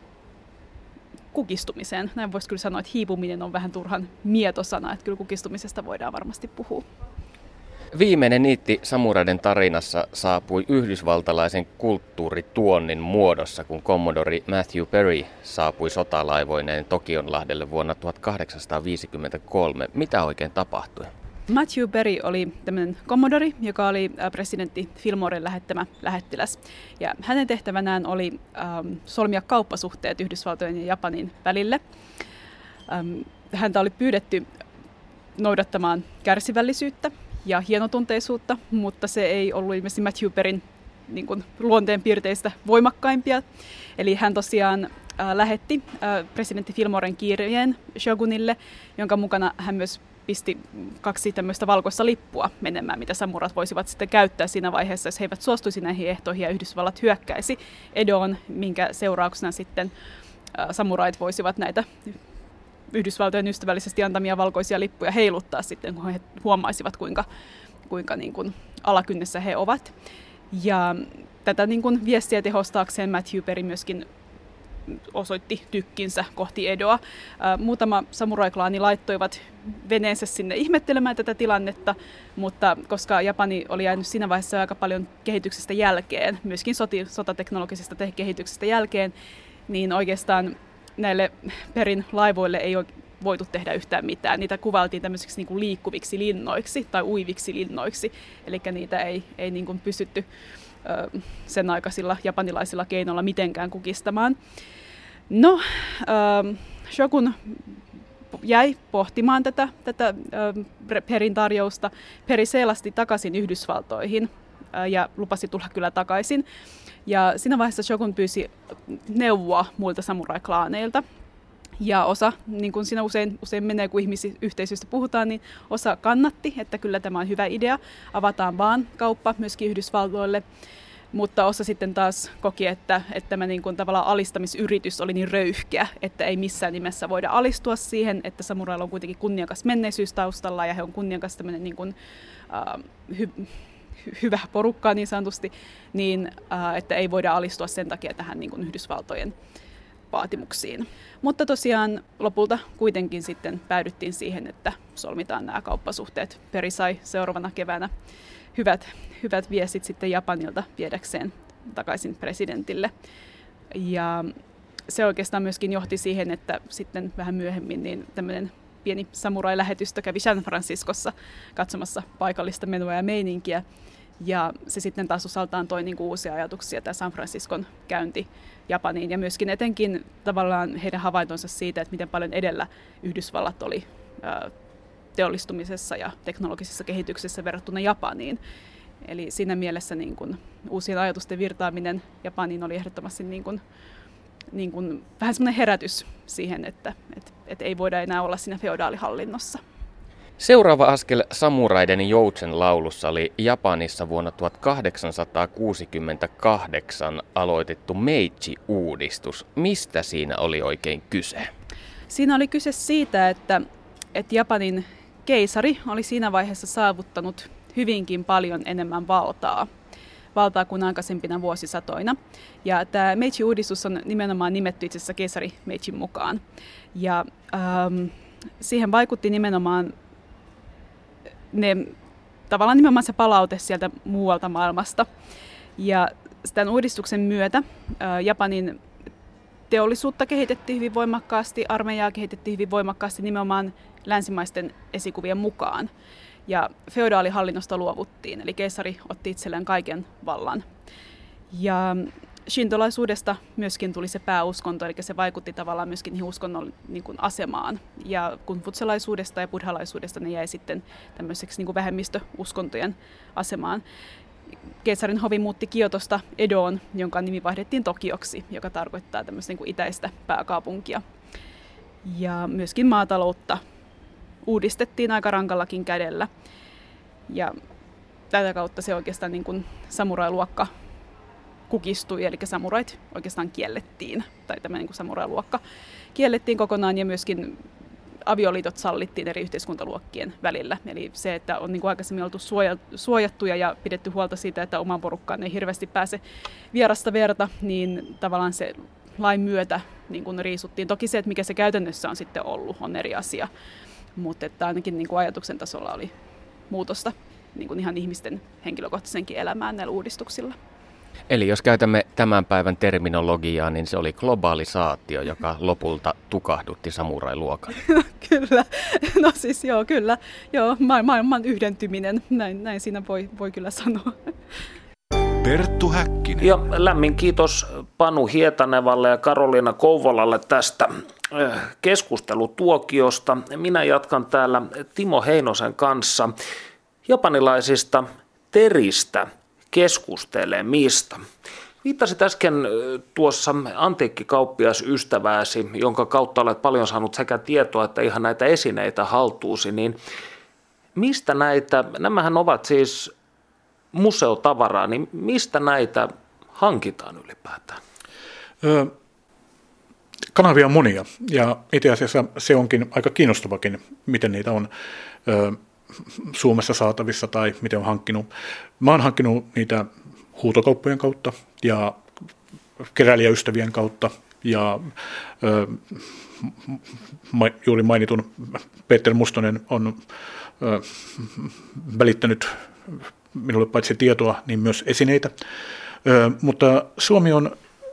kukistumiseen. Näin voisi kyllä sanoa, että hiipuminen on vähän turhan mietosana, että kyllä kukistumisesta voidaan varmasti puhua. Viimeinen niitti samuraiden tarinassa saapui yhdysvaltalaisen kulttuurituonnin muodossa, kun kommodori Matthew Perry saapui sotalaivoineen Tokionlahdelle vuonna tuhatkahdeksansataaviisikymmentäkolme. Mitä oikein tapahtui? Matthew Perry oli tämmöinen kommodori, joka oli presidentti Fillmoren lähettämä lähettiläs. Ja hänen tehtävänään oli ähm, solmia kauppasuhteet Yhdysvaltojen ja Japanin välille. Ähm, häntä oli pyydetty noudattamaan kärsivällisyyttä ja hienotunteisuutta, mutta se ei ollut ilmeisesti Matthew Perryn niin kuin luonteenpiirteistä voimakkaimpia. Eli hän tosiaan äh, lähetti äh, presidentti Fillmoren kirjeen shogunille, jonka mukana hän myös pisti kaksi tämmöistä valkoista lippua menemään, mitä samurat voisivat sitten käyttää siinä vaiheessa, jos he eivät suostuisi näihin ehtoihin ja Yhdysvallat hyökkäisi Edoon, minkä seurauksena sitten äh, samurait voisivat näitä Yhdysvaltojen ystävällisesti antamia valkoisia lippuja heiluttaa sitten, kun he huomaisivat, kuinka, kuinka niin kuin alakynnessä he ovat. Ja tätä niin kuin viestiä tehostaakseen Matthew Perry myöskin osoitti tykkinsä kohti Edoa. Muutama samuraiklaani laittoivat veneensä sinne ihmettelemään tätä tilannetta, mutta koska Japani oli jäänyt siinä vaiheessa aika paljon kehityksestä jälkeen, myöskin soti, sotateknologisesta kehityksestä jälkeen, niin oikeastaan näille Perin laivoille ei ole voitu tehdä yhtään mitään. Niitä kuvailtiin tämmöisiksi niin kuin liikkuviksi linnoiksi tai uiviksi linnoiksi, eli niitä ei, ei niin kuin pystytty ö, sen aikaisilla japanilaisilla keinoilla mitenkään kukistamaan. No, ö, shogun jäi pohtimaan tätä, tätä ö, Perin tarjousta. Peri seilasti takaisin Yhdysvaltoihin ö, ja lupasi tulla kyllä takaisin. Ja siinä vaiheessa shogun pyysi neuvoa muilta samuraiklaaneilta. Ja osa, niin kuin siinä usein, usein menee, kun ihmisyhteisöistä puhutaan, niin osa kannatti, että kyllä tämä on hyvä idea. Avataan vaan kauppa myöskin Yhdysvalloille. Mutta osa sitten taas koki, että, että tämä niin kuin tavallaan alistamisyritys oli niin röyhkeä, että ei missään nimessä voida alistua siihen, että samurailla on kuitenkin kunniakas menneisyys taustalla ja he on kunniakas tämmöinen niin kuin, äh, hy- hyvä porukkaa niin sanotusti, niin äh, että ei voida alistua sen takia tähän niin kuin Yhdysvaltojen vaatimuksiin. Mutta tosiaan lopulta kuitenkin sitten päädyttiin siihen, että solmitaan nämä kauppasuhteet. Peri sai seuraavana keväänä hyvät, hyvät viestit sitten Japanilta viedäkseen takaisin presidentille. Ja se oikeastaan myöskin johti siihen, että sitten vähän myöhemmin niin tämmöinen pieni samurai-lähetystö kävi San Franciscossa katsomassa paikallista menoa ja meininkiä. Ja se sitten taas osaltaan toi niin kuin uusia ajatuksia, tämä San Franciscon käynti Japaniin. Ja myöskin etenkin tavallaan heidän havaintonsa siitä, että miten paljon edellä Yhdysvallat oli ää, teollistumisessa ja teknologisessa kehityksessä verrattuna Japaniin. Eli siinä mielessä niin kuin uusien ajatusten virtaaminen Japaniin oli ehdottomasti niin kuin, niin kuin vähän semmoinen herätys siihen, että et, et ei voida enää olla siinä feodaalihallinnossa. Seuraava askel samuraiden joutsen laulussa oli Japanissa vuonna tuhatkahdeksansataakuusikymmentäkahdeksan aloitettu Meiji-uudistus. Mistä siinä oli oikein kyse? Siinä oli kyse siitä, että, että Japanin keisari oli siinä vaiheessa saavuttanut hyvinkin paljon enemmän valtaa. valtaa kuin aikaisempina vuosisatoina. Ja tämä Meiji-uudistus on nimenomaan nimetty itse asiassa keisari Meijin mukaan. Ja ähm, siihen vaikutti nimenomaan ne, tavallaan nimenomaan se palaute sieltä muualta maailmasta. Ja tämän uudistuksen myötä äh, Japanin teollisuutta kehitettiin hyvin voimakkaasti, armeijaa kehitettiin hyvin voimakkaasti nimenomaan länsimaisten esikuvien mukaan. Ja feodaalihallinnosta luovuttiin, eli keisari otti itselleen kaiken vallan. Ja shintolaisuudesta myöskin tuli se pääuskonto, eli se vaikutti tavallaan myöskin niihin uskonnon niin kuin asemaan. Ja konfutselaisuudesta ja buddhalaisuudesta ne jäi sitten tämmöiseksi niin kuin vähemmistöuskontojen asemaan. Keisarin hovi muutti Kiotosta Edoon, jonka nimi vaihdettiin Tokioksi, joka tarkoittaa tämmöistä niin kuin itäistä pääkaupunkia. Ja myöskin maataloutta uudistettiin aika rankallakin kädellä. Ja tätä kautta se oikeastaan niin kuin samurailuokka kukistui, eli samurait oikeastaan kiellettiin, tai tämä niin kuin samurailuokka kiellettiin kokonaan, ja myöskin avioliitot sallittiin eri yhteiskuntaluokkien välillä. Eli se, että on niin kuin aikaisemmin oltu suojattuja ja pidetty huolta siitä, että omaan porukkaan ei hirveästi pääse vierasta verta, niin tavallaan se lain myötä niin kuin riisuttiin. Toki se, että mikä se käytännössä on sitten ollut, on eri asia. Mutta että ainakin niin kuin ajatuksen tasolla oli muutosta niin kuin ihan ihmisten henkilökohtaisenkin elämään näillä uudistuksilla. Eli jos käytämme tämän päivän terminologiaa, niin se oli globalisaatio, joka lopulta tukahdutti samurailuokan. Kyllä, no siis joo, kyllä. Joo, ma- maailman yhdentyminen, näin, näin siinä voi, voi kyllä sanoa. Perttu Häkkinen. Ja lämmin kiitos Panu Hietanevalle ja Karoliina Kouvolalle tästä keskustelutuokiosta. Minä jatkan täällä Timo Heinosen kanssa japanilaisista teristä keskustelemista. Viittasit äsken tuossa antiikkikauppiasystävääsi, jonka kautta olet paljon saanut sekä tietoa että ihan näitä esineitä haltuusi, niin mistä näitä, nämähän ovat siis museotavaraa, niin mistä näitä hankitaan ylipäätään? Öö, kanavia on monia, ja itse asiassa se onkin aika kiinnostavakin, miten niitä on öö, Suomessa saatavissa tai miten on hankkinut. Mä oon hankkinut niitä huutokauppojen kautta ja keräilijäystävien kautta ja ö, ma, juuri mainitun Peter Mustonen on ö, välittänyt minulle paitsi tietoa, niin myös esineitä. Ö, mutta Suomi on,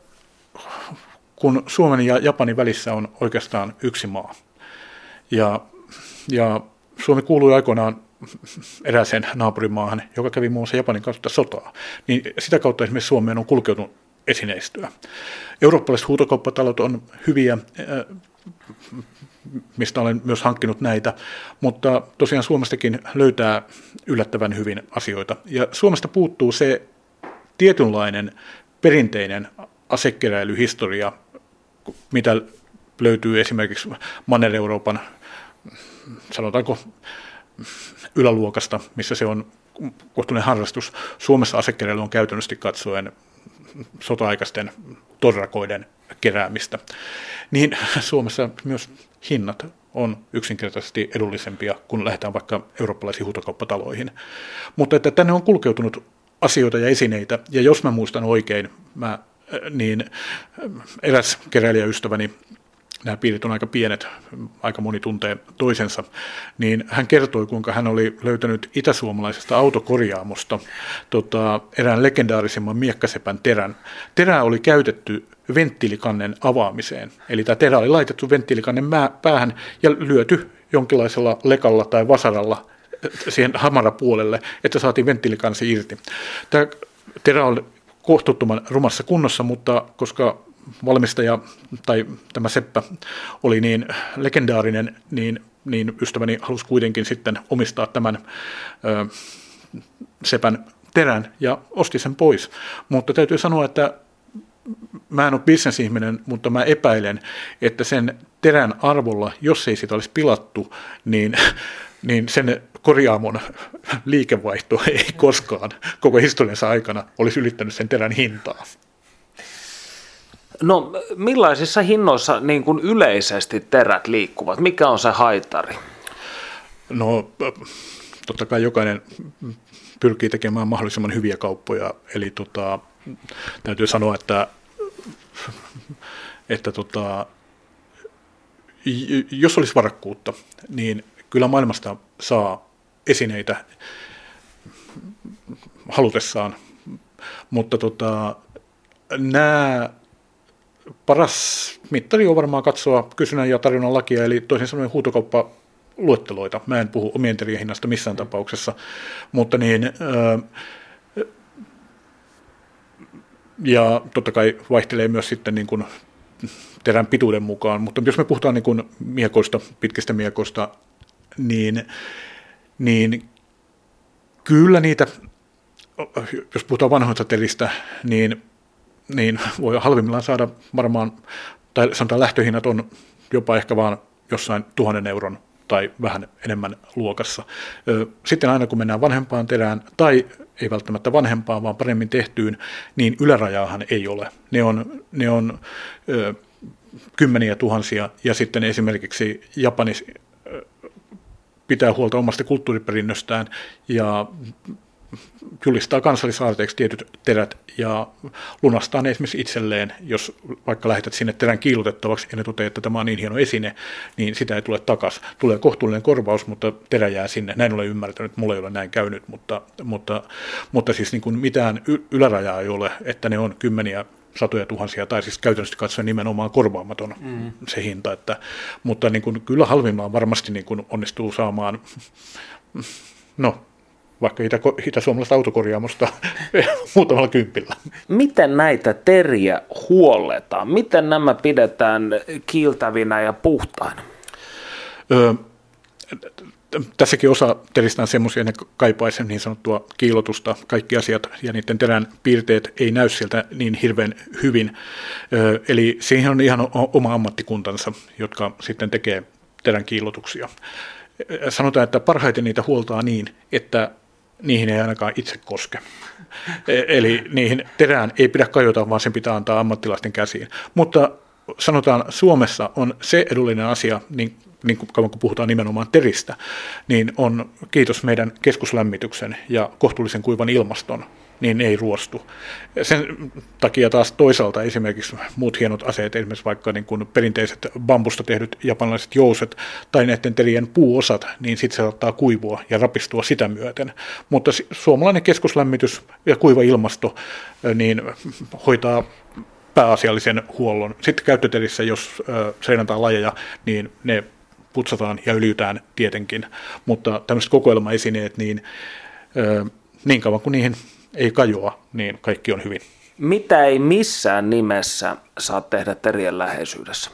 kun Suomen ja Japanin välissä on oikeastaan yksi maa. Ja, ja Suomi kuului aikoinaan erääseen naapurimaahan, joka kävi muun muassa Japanin kautta sotaa, niin sitä kautta esimerkiksi Suomeen on kulkeutunut esineistöä. Eurooppalaiset huutokauppatalot on hyviä, mistä olen myös hankkinut näitä, mutta tosiaan Suomestakin löytää yllättävän hyvin asioita. Ja Suomesta puuttuu se tietynlainen perinteinen asekeräilyhistoria, mitä löytyy esimerkiksi Manner-Euroopan, sanotaanko yläluokasta, missä se on kohtuullinen harrastus. Suomessa asekeräily on käytännössä katsoen sota-aikaisten torrakoiden keräämistä. Niin Suomessa myös hinnat on yksinkertaisesti edullisempia, kun lähdetään vaikka eurooppalaisiin huutokauppataloihin. Mutta että tänne on kulkeutunut asioita ja esineitä, ja jos mä muistan oikein, mä, niin eräs keräilijäystäväni nämä piirit on aika pienet, aika moni tuntee toisensa, niin hän kertoi, kuinka hän oli löytänyt itäsuomalaisesta autokorjaamosta tota, erään legendaarisimman miekkasepän terän. Terää oli käytetty venttiilikannen avaamiseen, eli tämä terä oli laitettu venttiilikannen päähän ja lyöty jonkinlaisella lekalla tai vasaralla siihen hamarapuolelle, että saatiin venttiilikansi irti. Tämä terä oli kohtuuttoman rumassa kunnossa, mutta koska valmistaja tai tämä seppä oli niin legendaarinen, niin, niin ystäväni halusi kuitenkin sitten omistaa tämän ö, sepän terän ja osti sen pois. Mutta täytyy sanoa, että mä en ole bisnesihminen, mutta mä epäilen, että sen terän arvolla, jos ei sitä olisi pilattu, niin, niin sen korjaamon liikevaihto ei koskaan koko historiansa aikana olisi ylittänyt sen terän hintaa. No millaisissa hinnoissa niin kuin yleisesti terät liikkuvat? Mikä on se haitari? No totta kai jokainen pyrkii tekemään mahdollisimman hyviä kauppoja, eli tota, täytyy sanoa, että, että tota, jos olisi varakkuutta, niin kyllä maailmasta saa esineitä halutessaan, mutta tota, nämä paras mittari on varmaan katsoa kysynnän ja tarjonnan lakia, eli toisin sanoen huutokauppaluetteloita. Mä en puhu omien terien hinnasta missään tapauksessa, mutta niin, ää, ja totta kai vaihtelee myös sitten niin kuin terän pituuden mukaan, mutta jos me puhutaan niin kuin miekoista, pitkistä miekoista, niin, niin kyllä niitä, jos puhutaan vanhoista teristä, niin niin voi halvimmillaan saada varmaan, tai sanotaan lähtöhinnat on jopa ehkä vaan jossain tuhannen euron tai vähän enemmän luokassa. Sitten aina kun mennään vanhempaan terään, tai ei välttämättä vanhempaan, vaan paremmin tehtyyn, niin ylärajaahan ei ole. Ne on, ne on ö, kymmeniä tuhansia, ja sitten esimerkiksi Japanis pitää huolta omasta kulttuuriperinnöstään, ja julistaa kansallisaarteeksi tietyt terät ja lunastaa ne esimerkiksi itselleen, jos vaikka lähetät sinne terän kiilutettavaksi ja ne toteaa, että tämä on niin hieno esine, niin sitä ei tule takaisin. Tulee kohtuullinen korvaus, mutta terä jää sinne. Näin olen ymmärtänyt, mulla ei ole näin käynyt, mutta, mutta, mutta siis niin kuin mitään ylärajaa ei ole, että ne on kymmeniä satoja tuhansia, tai siis käytännössä katsoen nimenomaan korvaamaton mm. se hinta, että, mutta niin kuin, kyllä halvimmillaan varmasti niin kuin onnistuu saamaan, no, vaikka itä, itä-suomalaisesta autokorjaamosta muutamalla kympillä. Miten näitä teriä huolletaan? Miten nämä pidetään kiiltävinä ja puhtaina? Öö, tässäkin osa teristä on semmoisia, ne kaipaisi niin sanottua kiilotusta. Kaikki asiat ja niiden terän piirteet ei näy sieltä niin hirveän hyvin. Öö, eli siihen on ihan oma ammattikuntansa, jotka sitten tekee terän kiilotuksia. Sanotaan, että parhaiten niitä huoltaa niin, että niihin ei ainakaan itse koske. Eli niihin terään ei pidä kajota, vaan sen pitää antaa ammattilaisten käsiin. Mutta sanotaan, Suomessa on se edullinen asia, niin, niin kauan kun puhutaan nimenomaan teristä, niin on kiitos meidän keskuslämmityksen ja kohtuullisen kuivan ilmaston, niin ei ruostu. Sen takia taas toisaalta esimerkiksi muut hienot aseet, esimerkiksi vaikka niin kuin perinteiset bambusta tehdyt japanilaiset jouset tai näiden terien puuosat, niin sitten se saattaa kuivua ja rapistua sitä myöten. Mutta suomalainen keskuslämmitys ja kuiva ilmasto niin hoitaa pääasiallisen huollon. Sitten käyttöterissä, jos seinätään lajeja, niin ne putsataan ja öljytään tietenkin, mutta tämmöiset kokoelmaesineet, niin niin kauan kuin niihin ei kajoa, niin kaikki on hyvin. Mitä ei missään nimessä saa tehdä terien läheisyydessä?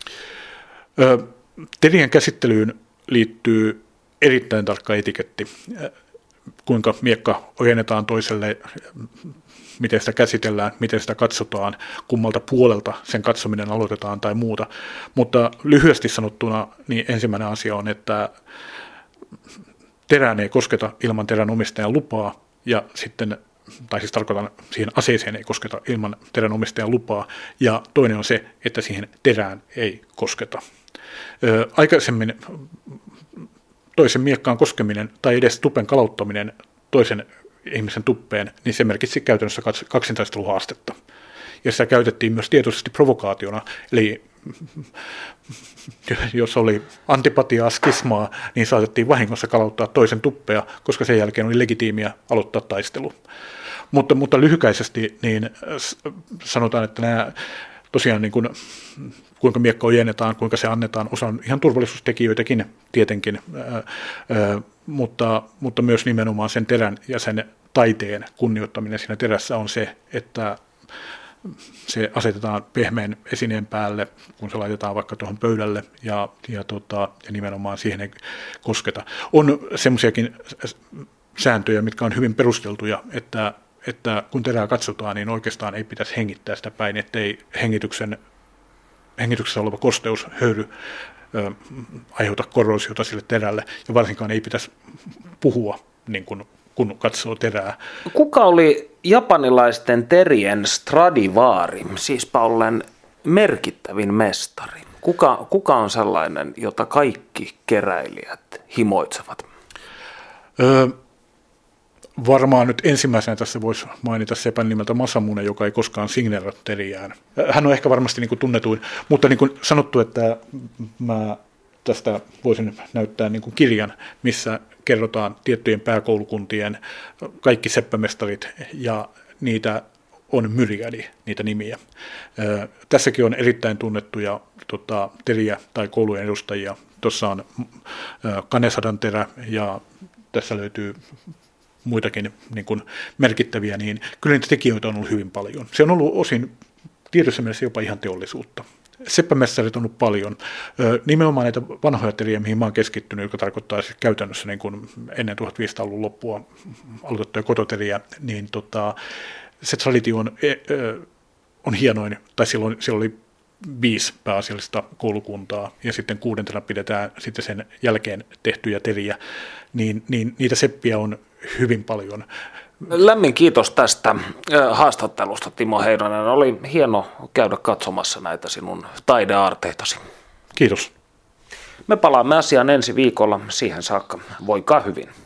Ö, terien käsittelyyn liittyy erittäin tarkka etiketti, kuinka miekka ojennetaan toiselle, miten sitä käsitellään, miten sitä katsotaan, kummalta puolelta sen katsominen aloitetaan tai muuta. Mutta lyhyesti sanottuna niin ensimmäinen asia on, että terään ei kosketa ilman terän omistajan lupaa, ja sitten, tai siis tarkoitan, siihen aseeseen ei kosketa ilman terän omistajan lupaa, ja toinen on se, että siihen terään ei kosketa. Ö, aikaisemmin toisen miekkaan koskeminen tai edes tupen kalauttaminen toisen ihmisen tuppeen, niin se merkitsi käytännössä kaksintaisteluhaastetta. Ja sitä käytettiin myös tietoisesti provokaationa, eli jos oli antipatiaa, skismaa, niin saatettiin vahingossa kalauttaa toisen tuppea, koska sen jälkeen oli legitiimiä aloittaa taistelu. Mutta, mutta lyhykäisesti niin sanotaan, että nämä tosiaan niin kuin, kuinka miekka ojennetaan, kuinka se annetaan, osa on ihan turvallisuustekijöitäkin tietenkin, ää, ää, mutta, mutta myös nimenomaan sen terän ja sen taiteen kunnioittaminen siinä terässä on se, että se asetetaan pehmeän esineen päälle, kun se laitetaan vaikka tuohon pöydälle ja, ja, tota, ja nimenomaan siihen ei kosketa. On semmoisiakin sääntöjä, mitkä on hyvin perusteltuja, että, että kun terää katsotaan, niin oikeastaan ei pitäisi hengittää sitä päin, ettei hengityksen, hengityksessä oleva kosteus, höyry ö, aiheuta korrosiota sille terälle, ja varsinkaan ei pitäisi puhua niin kuin kun katsoo terää. Kuka oli japanilaisten terien Stradivari, siispä ollen merkittävin mestari? Kuka, kuka on sellainen, jota kaikki keräilijät himoitsevat? Öö, varmaan nyt ensimmäisenä tässä voisi mainita sepän nimeltä Masamune, joka ei koskaan signeera teriään. Hän on ehkä varmasti niin kuin tunnetuin, mutta niin kuin sanottu, että mä tästä voisin näyttää niin kuin kirjan, missä kerrotaan tiettyjen pääkoulukuntien kaikki seppämestarit, ja niitä on myriadi, niitä nimiä. Ö, tässäkin on erittäin tunnettuja tota, teriä tai koulujen edustajia. Tuossa on ö, Kanesadan terä, ja tässä löytyy muitakin niin kuin merkittäviä, niin kyllä niitä tekijöitä on ollut hyvin paljon. Se on ollut osin tietyssä mielessä jopa ihan teollisuutta. Seppämestarit on ollut paljon. Nimenomaan näitä vanhoja teriä, mihin mä oon keskittynyt, joka tarkoittaa siis käytännössä niin kuin ennen tuhatviisisataaluvun loppua aloitettuja kototeriä, niin tota, se traditio on, on hienoin, tai silloin, silloin oli viisi pääasiallista koulukuntaa, ja sitten kuudentena pidetään sitten sen jälkeen tehtyjä teriä, niin, niin niitä seppiä on hyvin paljon. Lämmin kiitos tästä haastattelusta, Timo Heinonen. Oli hieno käydä katsomassa näitä sinun taideaarteitasi. Kiitos. Me palaamme asiaan ensi viikolla. Siihen saakka voikaa hyvin.